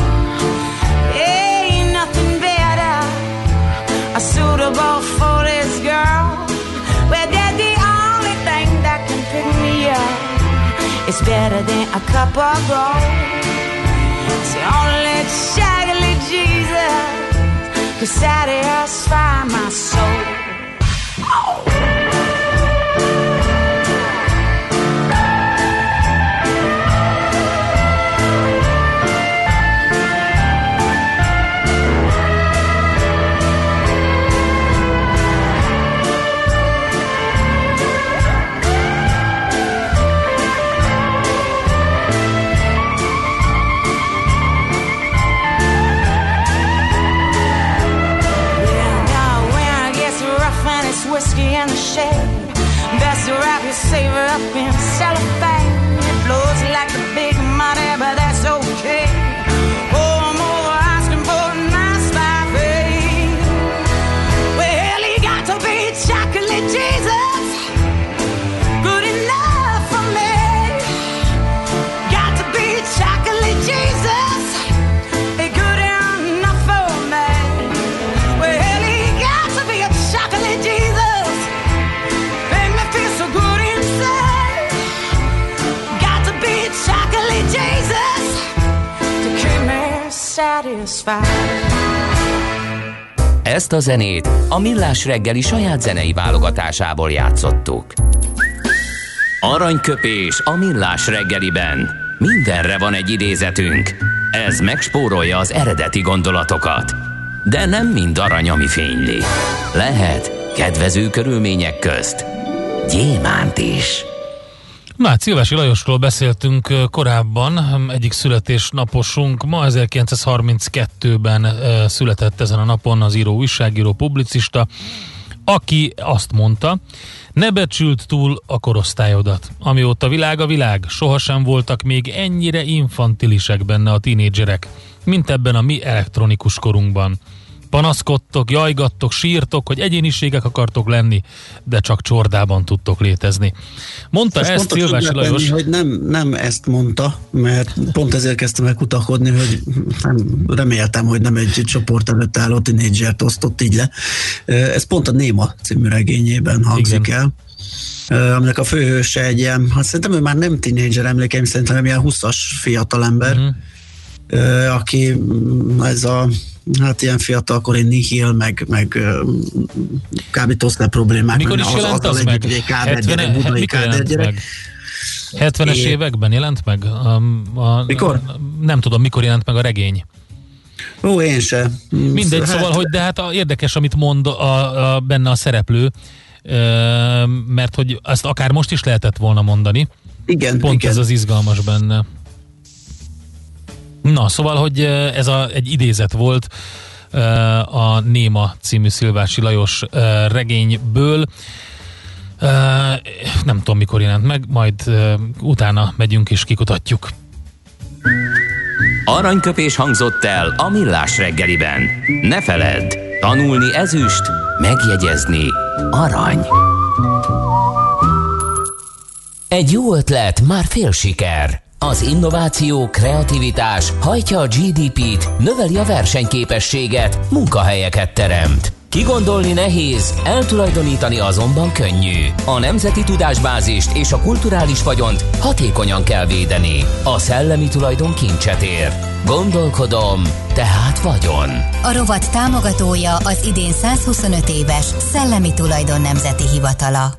Ain't nothing better suitable for this girl. Well, they're the only thing that can pick me up. It's better than a cup of gold. It's the only chocolate Jesus could satisfy my soul. Oh. whiskey in the shade. Best to wrap your savor up in cellophane. It flows like the big money, but that's okay. Oh, I'm over asking for a nice life. Well, he got to be chocolate Jesus, good enough for me. Got to be chocolate Jesus, good enough for me. Well, he got to be a chocolate Jesus, make me feel so good inside. Got to be chocolate Jesus to keep me satisfied. Ezt a zenét a Millás reggeli saját zenei válogatásából játszottuk. Aranyköpés a Millás reggeliben. Mindenre van egy idézetünk. Ez megspórolja az eredeti gondolatokat. De nem mind arany, ami fényli. Lehet kedvező körülmények közt gyémánt is. Na hát Szilvási Lajosról beszéltünk korábban, egyik születésnaposunk. Ma 1932-ben született ezen a napon az író, újságíró, publicista, aki azt mondta: ne becsült túl a korosztályodat. Amióta világ a világ, sohasem voltak még ennyire infantilisek benne a tínédzserek, mint ebben a mi elektronikus korunkban. Panaszkodtok, jajgattok, sírtok, hogy egyéniségek akartok lenni, de csak csordában tudtok létezni. Mondta most ezt Szilvási Lajos. Hogy nem ezt mondta, mert pont ezért kezdtem el kutakodni, hogy reméltem, hogy nem egy csoport előtt álló tínédzsert osztott így le. Ez pont a Néma című regényében hangzik el. Aminek a főhőse egy ilyen, hát szerintem ő már nem tínédzser, emlékeim szerint, hanem ilyen 20-as fiatalember, aki ez a ilyen fiatalkori nihil, meg kábítószer problémák. Mikor is jelent az meg? 70-es években jelent meg? Mikor? Nem tudom, mikor jelent meg a regény. Ó, én sem. Mindegy, szóval, hogy de hát érdekes, amit mond benne a szereplő, mert hogy azt akár most is lehetett volna mondani. Igen, pont igen. Ez az izgalmas benne. Na, szóval, hogy ez egy idézet volt a Néma című Szilvási Lajos regényből. Nem tudom, mikor jelent meg, majd utána megyünk és kikutatjuk. Aranyköpés hangzott el a Millás reggeliben. Ne feledd, tanulni ezüst, megjegyezni arany. Egy jó ötlet már fél siker. Az innováció, kreativitás hajtja a GDP-t, növeli a versenyképességet, munkahelyeket teremt. Kigondolni nehéz, eltulajdonítani azonban könnyű. A nemzeti tudásbázist és a kulturális vagyont hatékonyan kell védeni. A szellemi tulajdon kincset ér. Gondolkodom, tehát vagyon. A rovat támogatója az idén 125 éves Szellemi Tulajdon Nemzeti Hivatala.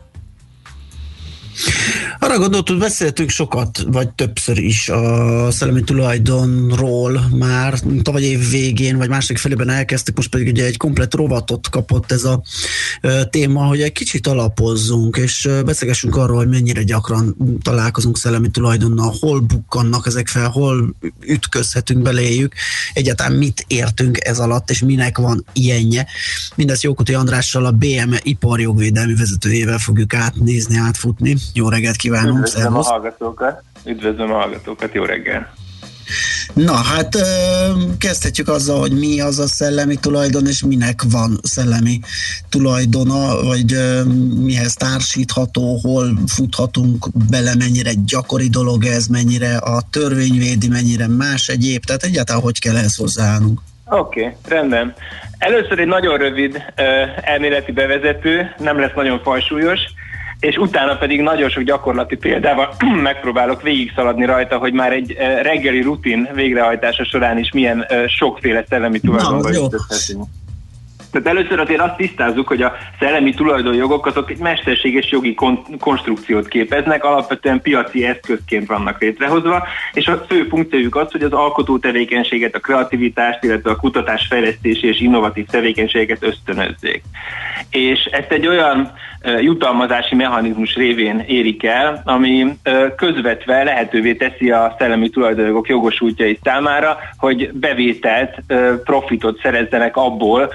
Arra gondoltuk, beszéltünk sokat, vagy többször is a szellemi tulajdonról már tavaly év végén, vagy második felében elkezdtük, most pedig ugye egy komplett rovatot kapott ez a téma, hogy egy kicsit alapozzunk, és beszélgessünk arról, hogy mennyire gyakran találkozunk szellemi tulajdonnal, hol bukkannak ezek fel, hol ütközhetünk beléjük, egyáltalán mit értünk ez alatt, és minek van ilyenje. Mindezt Jókuti Andrással, a BME iparjogvédelmi vezetőjével fogjuk átnézni, átfutni. Jó reggelt kívánunk! Üdvözlöm a hallgatókat! Üdvözlöm a hallgatókat, jó reggel! Na hát kezdhetjük azzal, hogy mi az a szellemi tulajdon, és minek van szellemi tulajdona, vagy mihez társítható, hol futhatunk bele, mennyire gyakori dolog ez, mennyire a törvény védi, mennyire más egyéb, tehát egyáltalán hogy kell ehhez hozzáállnunk? Oké, rendben. Először egy nagyon rövid elméleti bevezető, nem lesz nagyon fajsúlyos, és utána pedig nagyon sok gyakorlati példával megpróbálok végigszaladni rajta, hogy már egy reggeli rutin végrehajtása során is milyen sokféle szellemi tulajdonba ütközhetünk. Tehát először azért azt tisztázzuk, hogy a szellemi tulajdonjogok azok egy mesterséges jogi konstrukciót képeznek, alapvetően piaci eszközként vannak létrehozva, és a fő funkciójuk az, hogy az alkotó tevékenységet, a kreativitást, illetve a kutatásfejlesztési és innovatív tevékenységeket ösztönözzék. És ezt egy olyan jutalmazási mechanizmus révén érik el, ami közvetve lehetővé teszi a szellemi tulajdonjogok jogosultjai számára, hogy bevételt, profitot szerezzenek abból, hogy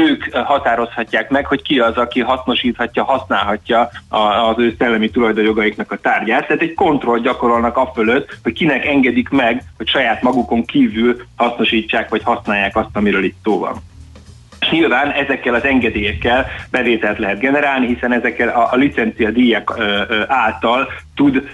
nők határozhatják meg, hogy ki az, aki hasznosíthatja, használhatja az ő szellemi tulajdonjogaiknak a tárgyát. Tehát egy kontroll gyakorolnak afölött, hogy kinek engedik meg, hogy saját magukon kívül hasznosítsák, vagy használják azt, amiről itt szó van. Nyilván ezekkel az engedélyekkel bevételt lehet generálni, hiszen ezekkel a licenciadíjak által tud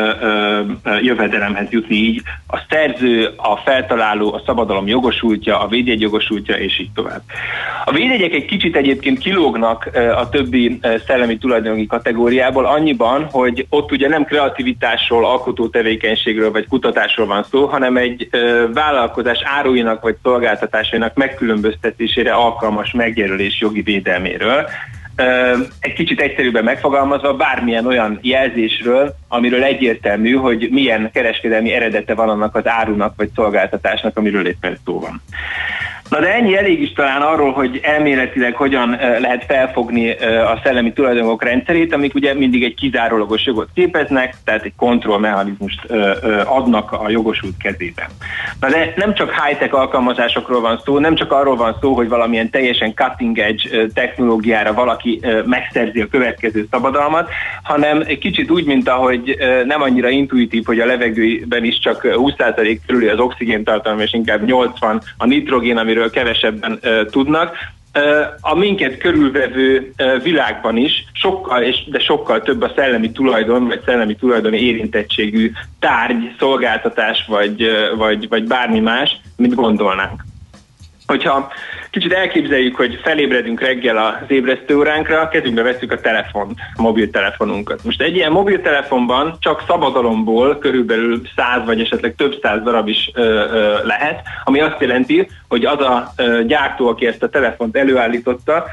jövedelemhez jutni így a szerző, a feltaláló, a szabadalom jogosultja, a védjegy jogosultja, és így tovább. A védjegyek egy kicsit egyébként kilógnak a többi szellemi tulajdonjogi kategóriából annyiban, hogy ott ugye nem kreativitásról, alkotó tevékenységről vagy kutatásról van szó, hanem egy vállalkozás áruinak vagy szolgáltatásainak megkülönböztetésére alkalmas megjelölés jogi védelméről. Egy kicsit egyszerűbben megfogalmazva bármilyen olyan jelzésről, amiről egyértelmű, hogy milyen kereskedelmi eredete van annak az árunak vagy szolgáltatásnak, amiről éppen szó van. Na de ennyi elég is talán arról, hogy elméletileg hogyan lehet felfogni a szellemi tulajdonjogok rendszerét, amik ugye mindig egy kizárólagos jogot képeznek, tehát egy kontrollmechanizmust adnak a jogosult kezébe. Na de nem csak high-tech alkalmazásokról van szó, nem csak arról van szó, hogy valamilyen teljesen cutting edge technológiára valaki megszerzi a következő szabadalmat, hanem egy kicsit úgy, mint ahogy nem annyira intuitív, hogy a levegőben is csak 20% körüli az oxigéntartalom, és inkább 80 a nitrogén, amiről kevesebben tudnak. A minket körülvevő világban is sokkal több a szellemi tulajdon, vagy szellemi tulajdoni érintettségű tárgy, szolgáltatás, vagy bármi más, mint gondolnánk. Hogyha kicsit elképzeljük, hogy felébredünk reggel az ébresztőóránkra, kezünkbe vesszük a telefont, a mobiltelefonunkat. Most egy ilyen mobiltelefonban csak szabadalomból körülbelül 100 vagy esetleg több száz darab is lehet, ami azt jelenti, hogy az a gyártó, aki ezt a telefont előállította,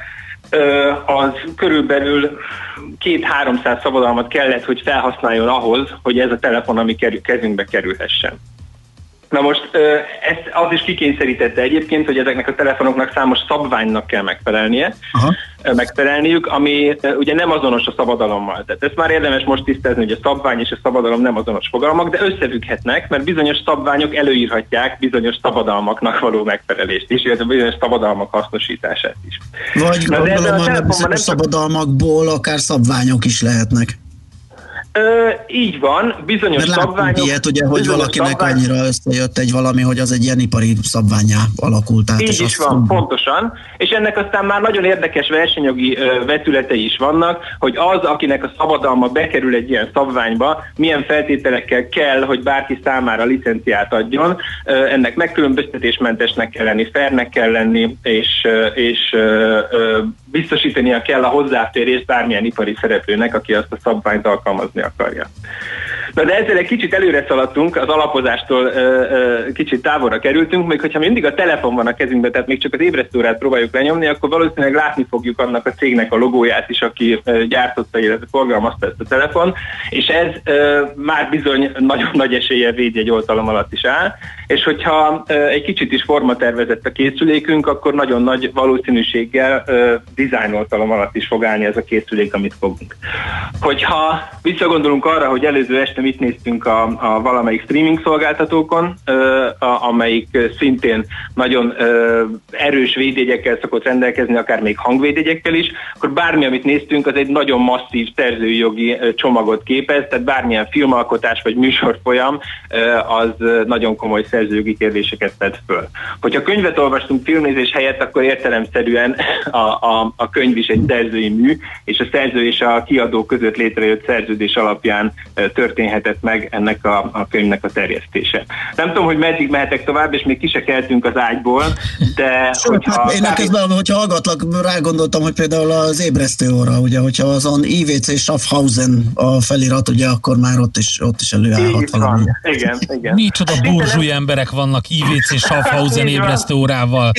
az körülbelül 200-300 szabadalmat kellett, hogy felhasználjon ahhoz, hogy ez a telefon, ami kezünkbe kerülhessen. Na most ezt az is kikényszerítette egyébként, hogy ezeknek a telefonoknak számos szabványnak kell megfelelniük, ami ugye nem azonos a szabadalommal. Tehát ezt már érdemes most tisztázni, hogy a szabvány és a szabadalom nem azonos fogalmak, de összefügghetnek, mert bizonyos szabványok előírhatják bizonyos szabadalmaknak való megfelelést is, illetve bizonyos szabadalmak hasznosítását is. Vagy gondolom, hogy bizonyos szabadalmakból akár szabványok is lehetnek. Így van, bizonyos szabványok... ilyet, ugye, hogy valakinek annyira összejött egy valami, hogy az egy ilyen ipari szabványá alakult át. Így is van, pontosan. És ennek aztán már nagyon érdekes versenyjogi vetületei is vannak, hogy az, akinek a szabadalma bekerül egy ilyen szabványba, milyen feltételekkel kell, hogy bárki számára licenciát adjon. Ennek megkülönböztetésmentesnek kell lenni, fairnek kell lenni, és biztosítania kell a hozzáférést bármilyen ipari szereplőnek, aki azt a szabványt alkalmazni akarja. Na de ezzel egy kicsit előre szaladtunk, az alapozástól kicsit távolra kerültünk, még hogyha mindig a telefon van a kezünkben, tehát még csak az ébresztőórát próbáljuk lenyomni, akkor valószínűleg látni fogjuk annak a cégnek a logóját is, aki gyártotta, illetve forgalmazta ezt a telefon, és ez már bizony nagyon nagy eséllyel védjegy oltalom alatt is áll, és hogyha egy kicsit is formatervezett a készülékünk, akkor nagyon nagy valószínűséggel design oltalom alatt is fog állni ez a készülék, amit fogunk. Hogyha visszagondolunk arra, hogy előző este mit néztünk a valamelyik streaming szolgáltatókon, amelyik szintén nagyon erős védjegyekkel szokott rendelkezni, akár még hangvédjegyekkel is, akkor bármi, amit néztünk, az egy nagyon masszív szerzői jogi csomagot képez, tehát bármilyen filmalkotás vagy műsorfolyam, az nagyon komoly szerzőjogi kérdéseket vet föl. Hogyha könyvet olvastunk filmnézés helyett, akkor értelemszerűen a könyv is egy szerzői mű, és a szerző és a kiadó között létrejött szerződés alapján történhetett meg ennek a könyvnek a terjesztése. Nem tudom, hogy meddig mehetek tovább, és még ki se keltünk az ágyból, de én közben, hogyha hallgatlak, rágondoltam, hogy például az ébresztőóra, ugye, hogyha azon IWC Schaffhausen a felirat, ugye, akkor már ott is előállhat valami. Igen. Micsoda burzsúly emberek vannak IWC Schaffhausen ébresztőórával.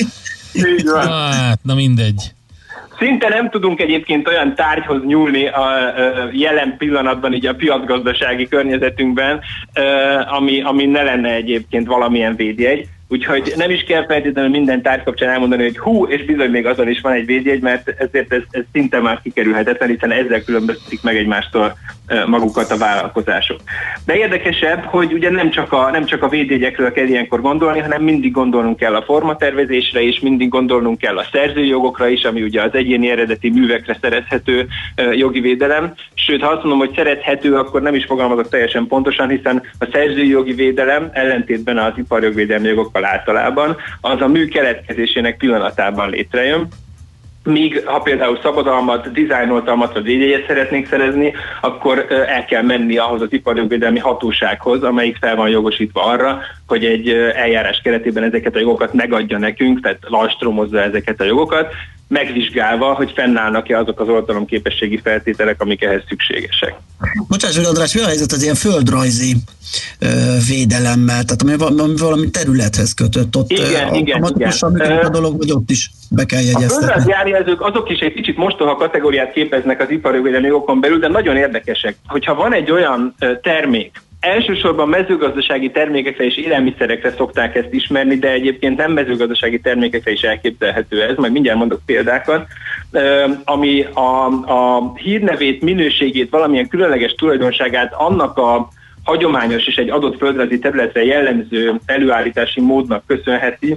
Hát, na mindegy. Szinte nem tudunk egyébként olyan tárgyhoz nyúlni a jelen pillanatban így a piacgazdasági környezetünkben, ami ne lenne egyébként valamilyen védjegy. Úgyhogy nem is kell feltétlenül minden tárgy kapcsán elmondani, hogy hú, és bizony még azon is van egy védjegy, mert ezért ez szinte már kikerülhetetlen, hiszen ezzel különböztetik meg egymástól magukat a vállalkozások. De érdekesebb, hogy ugye nem csak a védjegyekről kell ilyenkor gondolni, hanem mindig gondolnunk kell a formatervezésre is, mindig gondolnunk kell a szerzőjogokra is, ami ugye az egyéni eredeti művekre szerezhető jogi védelem. Sőt, ha azt mondom, hogy szerezhető, akkor nem is fogalmazok teljesen pontosan, hiszen a szerzőjogi védelem ellentétben az iparjogvédelmi jogokkal általában az a mű keletkezésének pillanatában létrejön. Míg ha például szabadalmat, dizájnoltalmat vagy védjegyet szeretnénk szerezni, akkor el kell menni ahhoz az iparjogvédelmi hatósághoz, amelyik fel van jogosítva arra, hogy egy eljárás keretében ezeket a jogokat megadja nekünk, tehát lastromozza ezeket a jogokat, megvizsgálva, hogy fennállnak-e azok az oltalomképességi feltételek, amik ehhez szükségesek. Bocsáss meg, András, mi a helyzet az ilyen földrajzi védelemmel, tehát ami valami területhez kötött, ott automatikusan működik a dolog, vagy ott is be kell jegyeztetni? A földrajzi árjelzők azok is egy kicsit mostoha kategóriát képeznek az iparjogvédelmi jogokon belül, de nagyon érdekesek. Hogyha van egy olyan termék, elsősorban mezőgazdasági termékekre és élelmiszerekre szokták ezt ismerni, de egyébként nem mezőgazdasági termékekre is elképzelhető ez, majd mindjárt mondok példákat, ami a hírnevét, minőségét, valamilyen különleges tulajdonságát annak a hagyományos és egy adott földrajzi területre jellemző előállítási módnak köszönheti,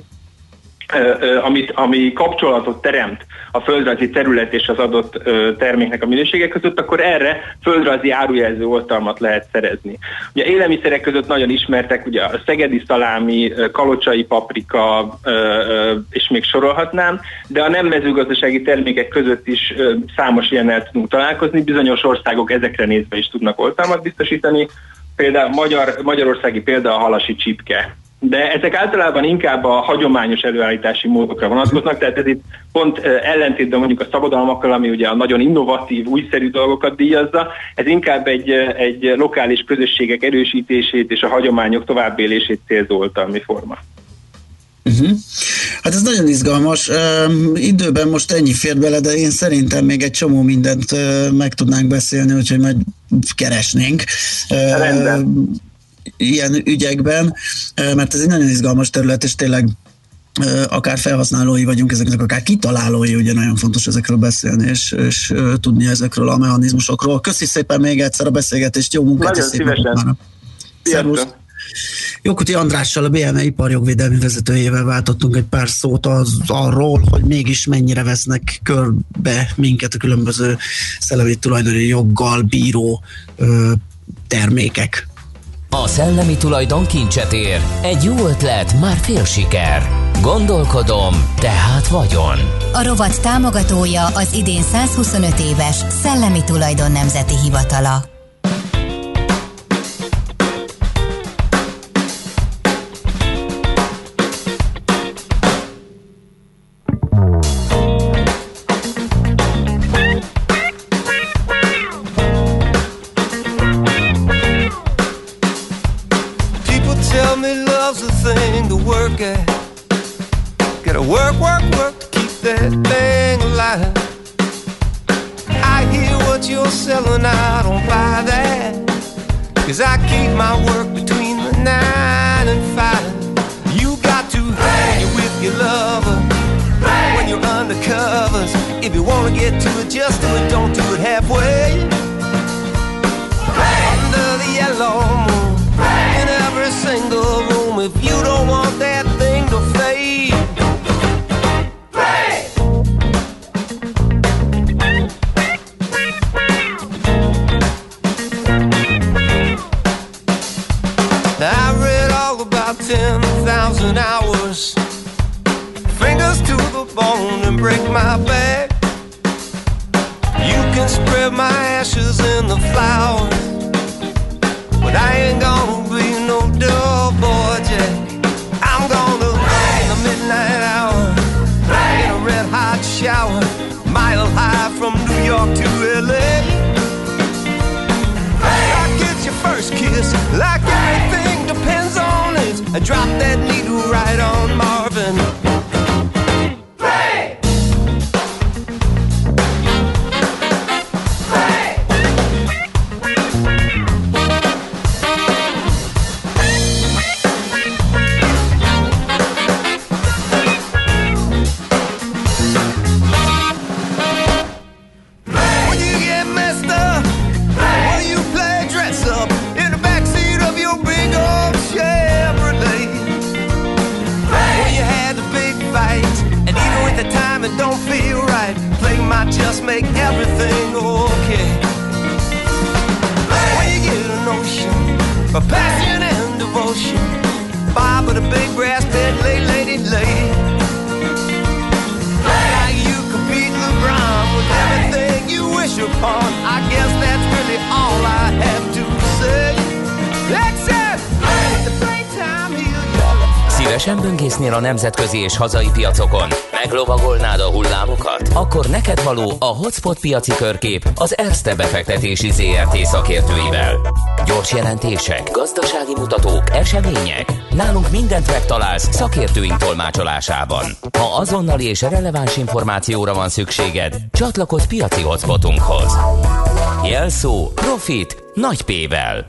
ami kapcsolatot teremt a földrajzi terület és az adott terméknek a minősége között, akkor erre földrajzi árujelző oltalmat lehet szerezni. Ugye élelmiszerek között nagyon ismertek, ugye a szegedi szalámi, kalocsai paprika, és még sorolhatnám, de a nem mezőgazdasági termékek között is számos ilyennel tudunk találkozni, bizonyos országok ezekre nézve is tudnak oltalmat biztosítani, például magyarországi példa a halasi csipke. De ezek általában inkább a hagyományos előállítási módokra vonatkoznak, tehát ez itt pont ellentétben mondjuk a szabadalmakkal, ami ugye a nagyon innovatív, újszerű dolgokat díjazza, ez inkább egy lokális közösségek erősítését és a hagyományok továbbélését célzó oltalmi forma. Hát ez nagyon izgalmas. Időben most ennyi fér bele, de én szerintem még egy csomó mindent meg tudnánk beszélni, úgyhogy majd keresnénk. Ilyen ügyekben, mert ez egy nagyon izgalmas terület, és tényleg akár felhasználói vagyunk ezeknek, akár kitalálói, ugye nagyon fontos ezekről beszélni, és tudni ezekről a mechanizmusokról. Köszi szépen még egyszer a beszélgetést, jó munkát! Nagyon szívesen! Szervusz! Jókuti Andrással, a BME iparjogvédelmi vezetőjével váltottunk egy pár szót arról, hogy mégis mennyire vesznek körbe minket a különböző szellemi tulajdoni joggal bíró termékek. A szellemi tulajdon kincset ér. Egy jó ötlet, már fél siker. Gondolkodom, tehát vagyon. A rovat támogatója az idén 125 éves Szellemi Tulajdon Nemzeti Hivatala. Cause I keep my work between the 9 and 5. You got to hang with your lover when you're undercovers. If you wanna get to it, just do it, don't do it halfway. Under the yellow moon, in every single room. If you don't want that thing to fade, I read all about 10,000 hours, fingers to the bone and break my back. You can spread my ashes in the flowers, but I ain't gonna be no doughboy Jack. I'm gonna in the midnight hour, in a red hot shower, mile high from New York to LA. I get your first kiss like everything depends on it. I drop that needle right on Marvin. don't feel right, play might just make everything okay. When you get a notion for passion and devotion, buy but a big brass bed, lay, lady, lay. Like you compete LeBron with everything you wish upon. I guess that's really all I have to say. Except at the playtime he'll yell. Szívesen böngésznél a nemzetközi és hazai piacokon? Meglovagolnád a hullámokat? Akkor neked való a Hotspot piaci körkép az Erste befektetési ZRT szakértőivel. Gyors jelentések, gazdasági mutatók, események. Nálunk mindent megtalálsz szakértőink tolmácsolásában. Ha azonnali és releváns információra van szükséged, csatlakozz piaci hotspotunkhoz. Jelszó Profit nagy P-vel.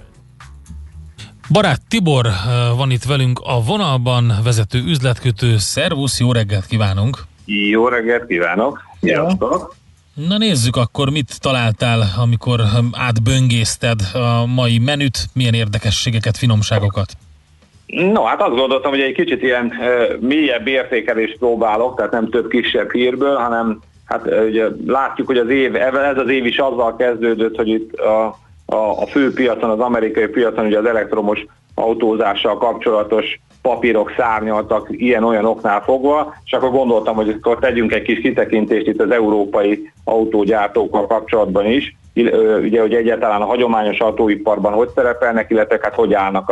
Barát Tibor van itt velünk a vonalban, vezető üzletkötő. Szervusz, jó reggelt kívánunk! Jó reggelt kívánok! Sziasztok! Na nézzük akkor, mit találtál, amikor átböngészted a mai menüt, milyen érdekességeket, finomságokat? No, hát azt gondoltam, hogy egy kicsit ilyen mélyebb értékelést próbálok, tehát nem több kisebb hírből, hanem hát ugye látjuk, hogy ez az év is azzal kezdődött, hogy itt a fő piacon, az amerikai piacon ugye az elektromos autózással kapcsolatos papírok szárnyaltak ilyen-olyan oknál fogva, és akkor gondoltam, hogy akkor tegyünk egy kis kitekintést itt az európai autógyártókkal kapcsolatban is, ugye, hogy egyáltalán a hagyományos autóiparban hogy szerepelnek, illetve hát hogy állnak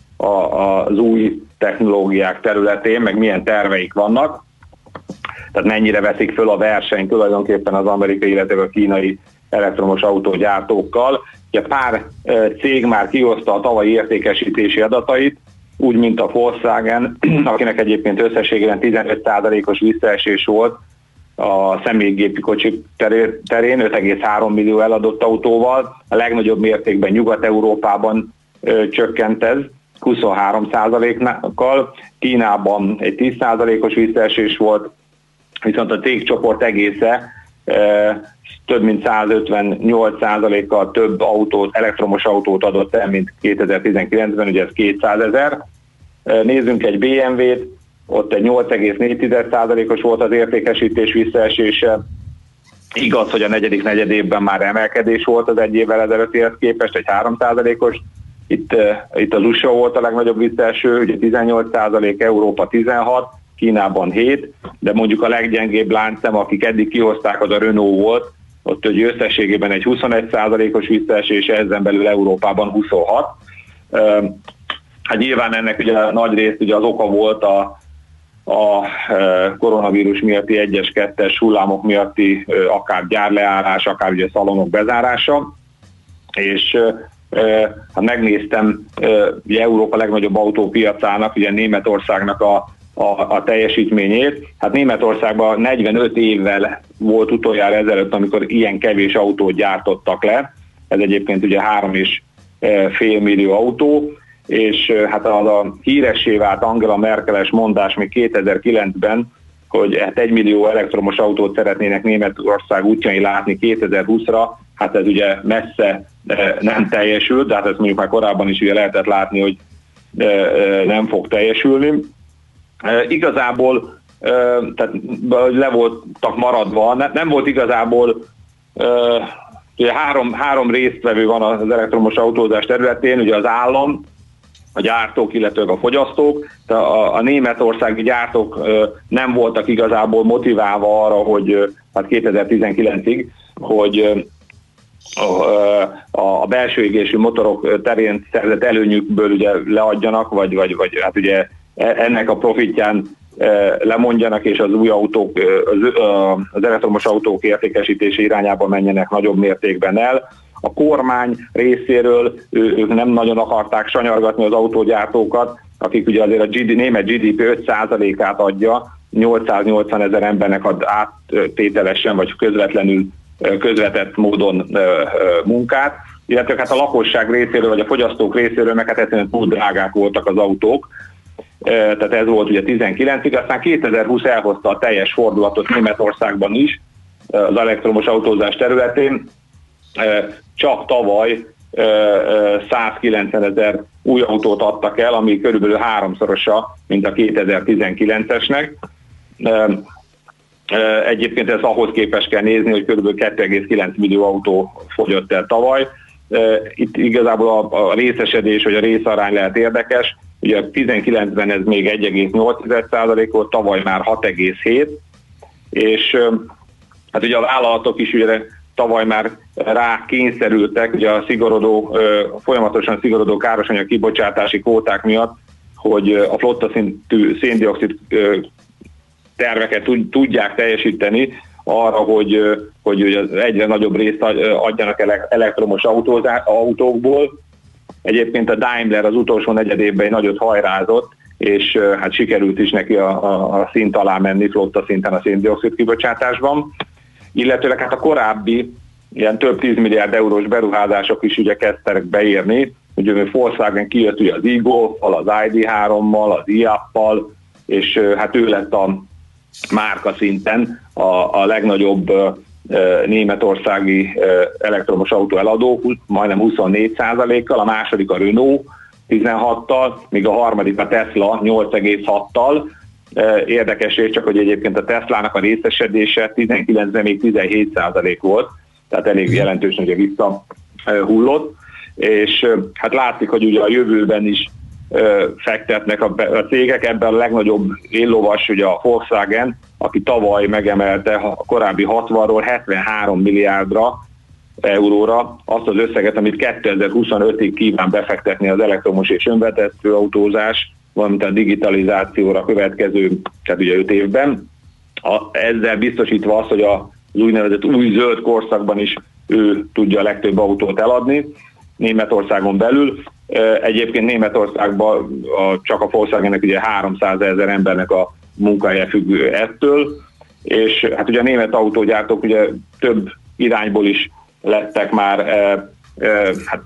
az új technológiák területén, meg milyen terveik vannak, tehát mennyire veszik föl a versenyt tulajdonképpen az amerikai, illetve a kínai elektromos autógyártókkal. Ugye pár cég már kihozta a tavalyi értékesítési adatait, úgy, mint a Volkswagen, akinek egyébként összességében 15%-os visszaesés volt a személygépi kocsik terén, 5,3 millió eladott autóval, a legnagyobb mértékben Nyugat-Európában csökkent ez, 23%-kal, Kínában egy 10%-os visszaesés volt, viszont a cégcsoport egésze több mint 158%-kal több autót, elektromos autót adott el, mint 2019-ben, ugye ez 200 000. Nézzünk egy BMW-t, ott egy 8,4%-os volt az értékesítés visszaesése. Igaz, hogy a negyedik negyedévben már emelkedés volt az egy évvel ezelőttihez képest, egy 3%-os. Itt az USA volt a legnagyobb visszaeső, ugye 18%, Európa 16%, Kínában 7%, de mondjuk a leggyengébb láncszem, akik eddig kihozták, az a Renault volt, ott hogy összességében egy 21%-os visszaesés, ezen belül Európában 26%. Hát nyilván ennek ugye nagy részt ugye az oka volt a koronavírus miatti 1-es, 2-es hullámok miatti akár gyárleállás, akár ugye szalonok bezárása, és hát megnéztem ugye Európa legnagyobb autópiacának, ugye Németországnak a teljesítményét. Hát Németországban 45 évvel volt utoljára ezelőtt, amikor ilyen kevés autót gyártottak le. Ez egyébként ugye 3,5 millió autó, és hát az a híressé vált Angela Merkeles mondás még 2009-ben, hogy hát 1 millió elektromos autót szeretnének Németország útjain látni 2020-ra, hát ez ugye messze nem teljesült, de hát ezt mondjuk már korábban is ugye lehetett látni, hogy nem fog teljesülni. Igazából tehát le voltak maradva, nem volt igazából, ugye három résztvevő van az elektromos autózás területén, ugye az állam, a gyártók, illetve a fogyasztók. A németországi gyártók nem voltak igazából motiválva arra, hogy hát 2019-ig, hogy a belső égésű motorok terén szerzett előnyükből ugye leadjanak, vagy hát ugye ennek a profitján lemondjanak, és az új autók, az elektromos autók értékesítési irányába menjenek nagyobb mértékben el. A kormány részéről ők nem nagyon akarták sanyargatni az autógyártókat, akik ugye azért a német GDP 5%-át adja, 880 000 embernek ad áttételesen vagy közvetlenül közvetett módon munkát, illetve hát a lakosság részéről vagy a fogyasztók részéről meg hát egyszerűen túl drágák voltak az autók. Tehát ez volt ugye 19-ig, aztán 2020 elhozta a teljes fordulatot Németországban is az elektromos autózás területén. Csak tavaly 190 000 új autót adtak el, ami körülbelül 3-szorosa, mint a 2019-esnek. Egyébként ezt ahhoz képest kell nézni, hogy kb. 2,9 millió autó fogyott el tavaly. Itt igazából a részesedés vagy a részarány lehet érdekes. Ugye 19-ben ez még 1,8% volt, tavaly már 6,7%, és hát ugye a vállalatok is ugye tavaly már rá kényszerültek ugye a folyamatosan szigorodó károsanyag kibocsátási kvóták miatt, hogy a flotta szintű széndioxid terveket tudják teljesíteni arra, hogy egyre nagyobb részt adjanak elektromos autókból. Egyébként a Daimler az utolsó negyedévben egy nagyot hajrázott, és hát sikerült is neki a szint alá menni flotta szinten a széndioxid kibocsátásban. Illetőleg hát a korábbi ilyen több 10 milliárd eurós beruházások is ugye kezdtek beérni. Ugye Volkswagen kijött ugye az e-Golf-val, az ID3-mal, az e-Up-pal, és hát ő lett a márka szinten a legnagyobb németországi elektromos autó eladó, majdnem 24%-kal, a második a Renault 16-tal, míg a harmadik a Tesla 8,6-tal. Érdekesség csak, hogy egyébként a Teslának a részesedése 19-ben még 17% volt, tehát elég jelentősen ugye visszahullott, és hát látszik, hogy ugye a jövőben is fektetnek a cégek, ebben a legnagyobb éllovas ugye a Volkswagen, aki tavaly megemelte a korábbi 60-ról 73 milliárdra euróra azt az összeget, amit 2025-ig kíván befektetni az elektromos és önvezető autózás, valamint a digitalizációra következő, tehát ugye 5 évben. Ezzel biztosítva azt, hogy az úgynevezett új zöld korszakban is ő tudja a legtöbb autót eladni Németországon belül. Egyébként Németországban csak a Volkswagennek ugye 300 000 embernek a munkahelye függ ettől, és hát ugye a német autógyártók ugye több irányból is lettek már hát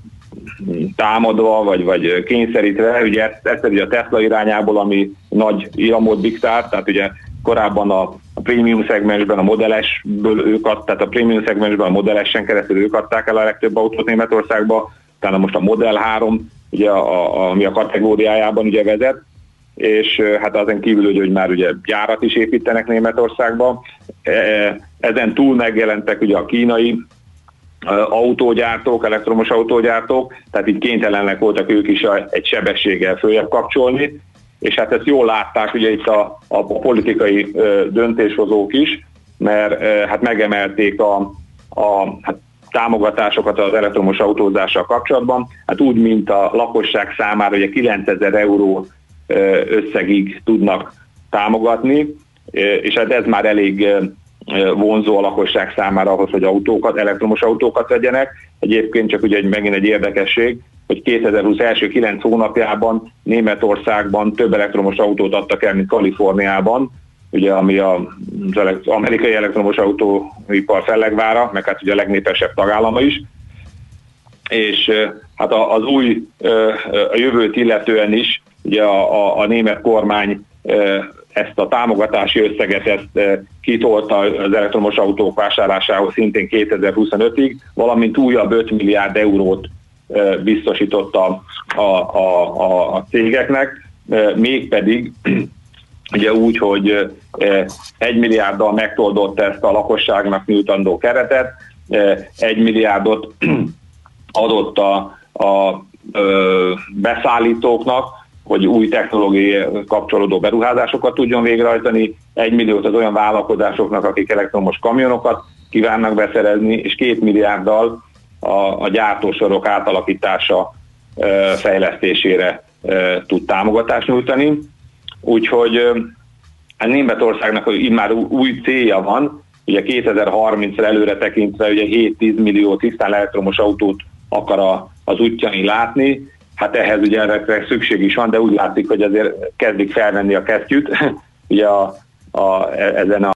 támadva, vagy kényszerítve, ugye ezt ugye a Tesla irányából, ami nagy iramot diktált, tehát ugye korábban a prémium szegmensben a Model S-ből tehát a prémium szegmensben a Model S-en keresztül ők adták el a legtöbb autót Németországba, utána most a Model 3, ugye ami a kategóriájában ugye vezet, és hát azon kívül, hogy már ugye gyárat is építenek Németországba. Ezen túl megjelentek ugye a kínai autógyártók, elektromos autógyártók, tehát így kénytelenek voltak ők is egy sebességgel följebb kapcsolni, és hát ezt jól látták ugye itt a politikai döntéshozók is, mert hát megemelték a támogatásokat az elektromos autózással kapcsolatban, hát úgy, mint a lakosság számára ugye 9000 euró összegig tudnak támogatni, és hát ez már elég vonzó a lakosság számára ahhoz, hogy elektromos autókat vegyenek. Egyébként csak ugye megint egy érdekesség, hogy 2020 első 9 hónapjában Németországban több elektromos autót adtak el, mint Kaliforniában, ugye ami az amerikai elektromos autóipar fellegvára, meg hát ugye a legnépesebb tagállama is. És hát az új a jövőt illetően is ugye a német kormány ezt a támogatási összeget kitolta az elektromos autók vásárlásához szintén 2025-ig, valamint újabb 5 milliárd eurót biztosított a cégeknek, mégpedig ugye úgy, hogy 1 milliárddal megtoldott ezt a lakosságnak nyújtandó keretet, 1 milliárdot adott a beszállítóknak, hogy új technológiai kapcsolódó beruházásokat tudjon végrehajtani, 1 milliót az olyan vállalkozásoknak, akik elektromos kamionokat kívánnak beszerezni, és 2 milliárddal a gyártósorok átalakítása fejlesztésére tud támogatást nyújtani. Úgyhogy a Németországnak már új célja van, ugye 2030-ra előre tekintve ugye 7-10 millió tisztán elektromos autót akar az útjain látni. Hát ehhez ugye erre szükség is van, de úgy látszik, hogy azért kezdik felvenni a kesztyűt ugye ezen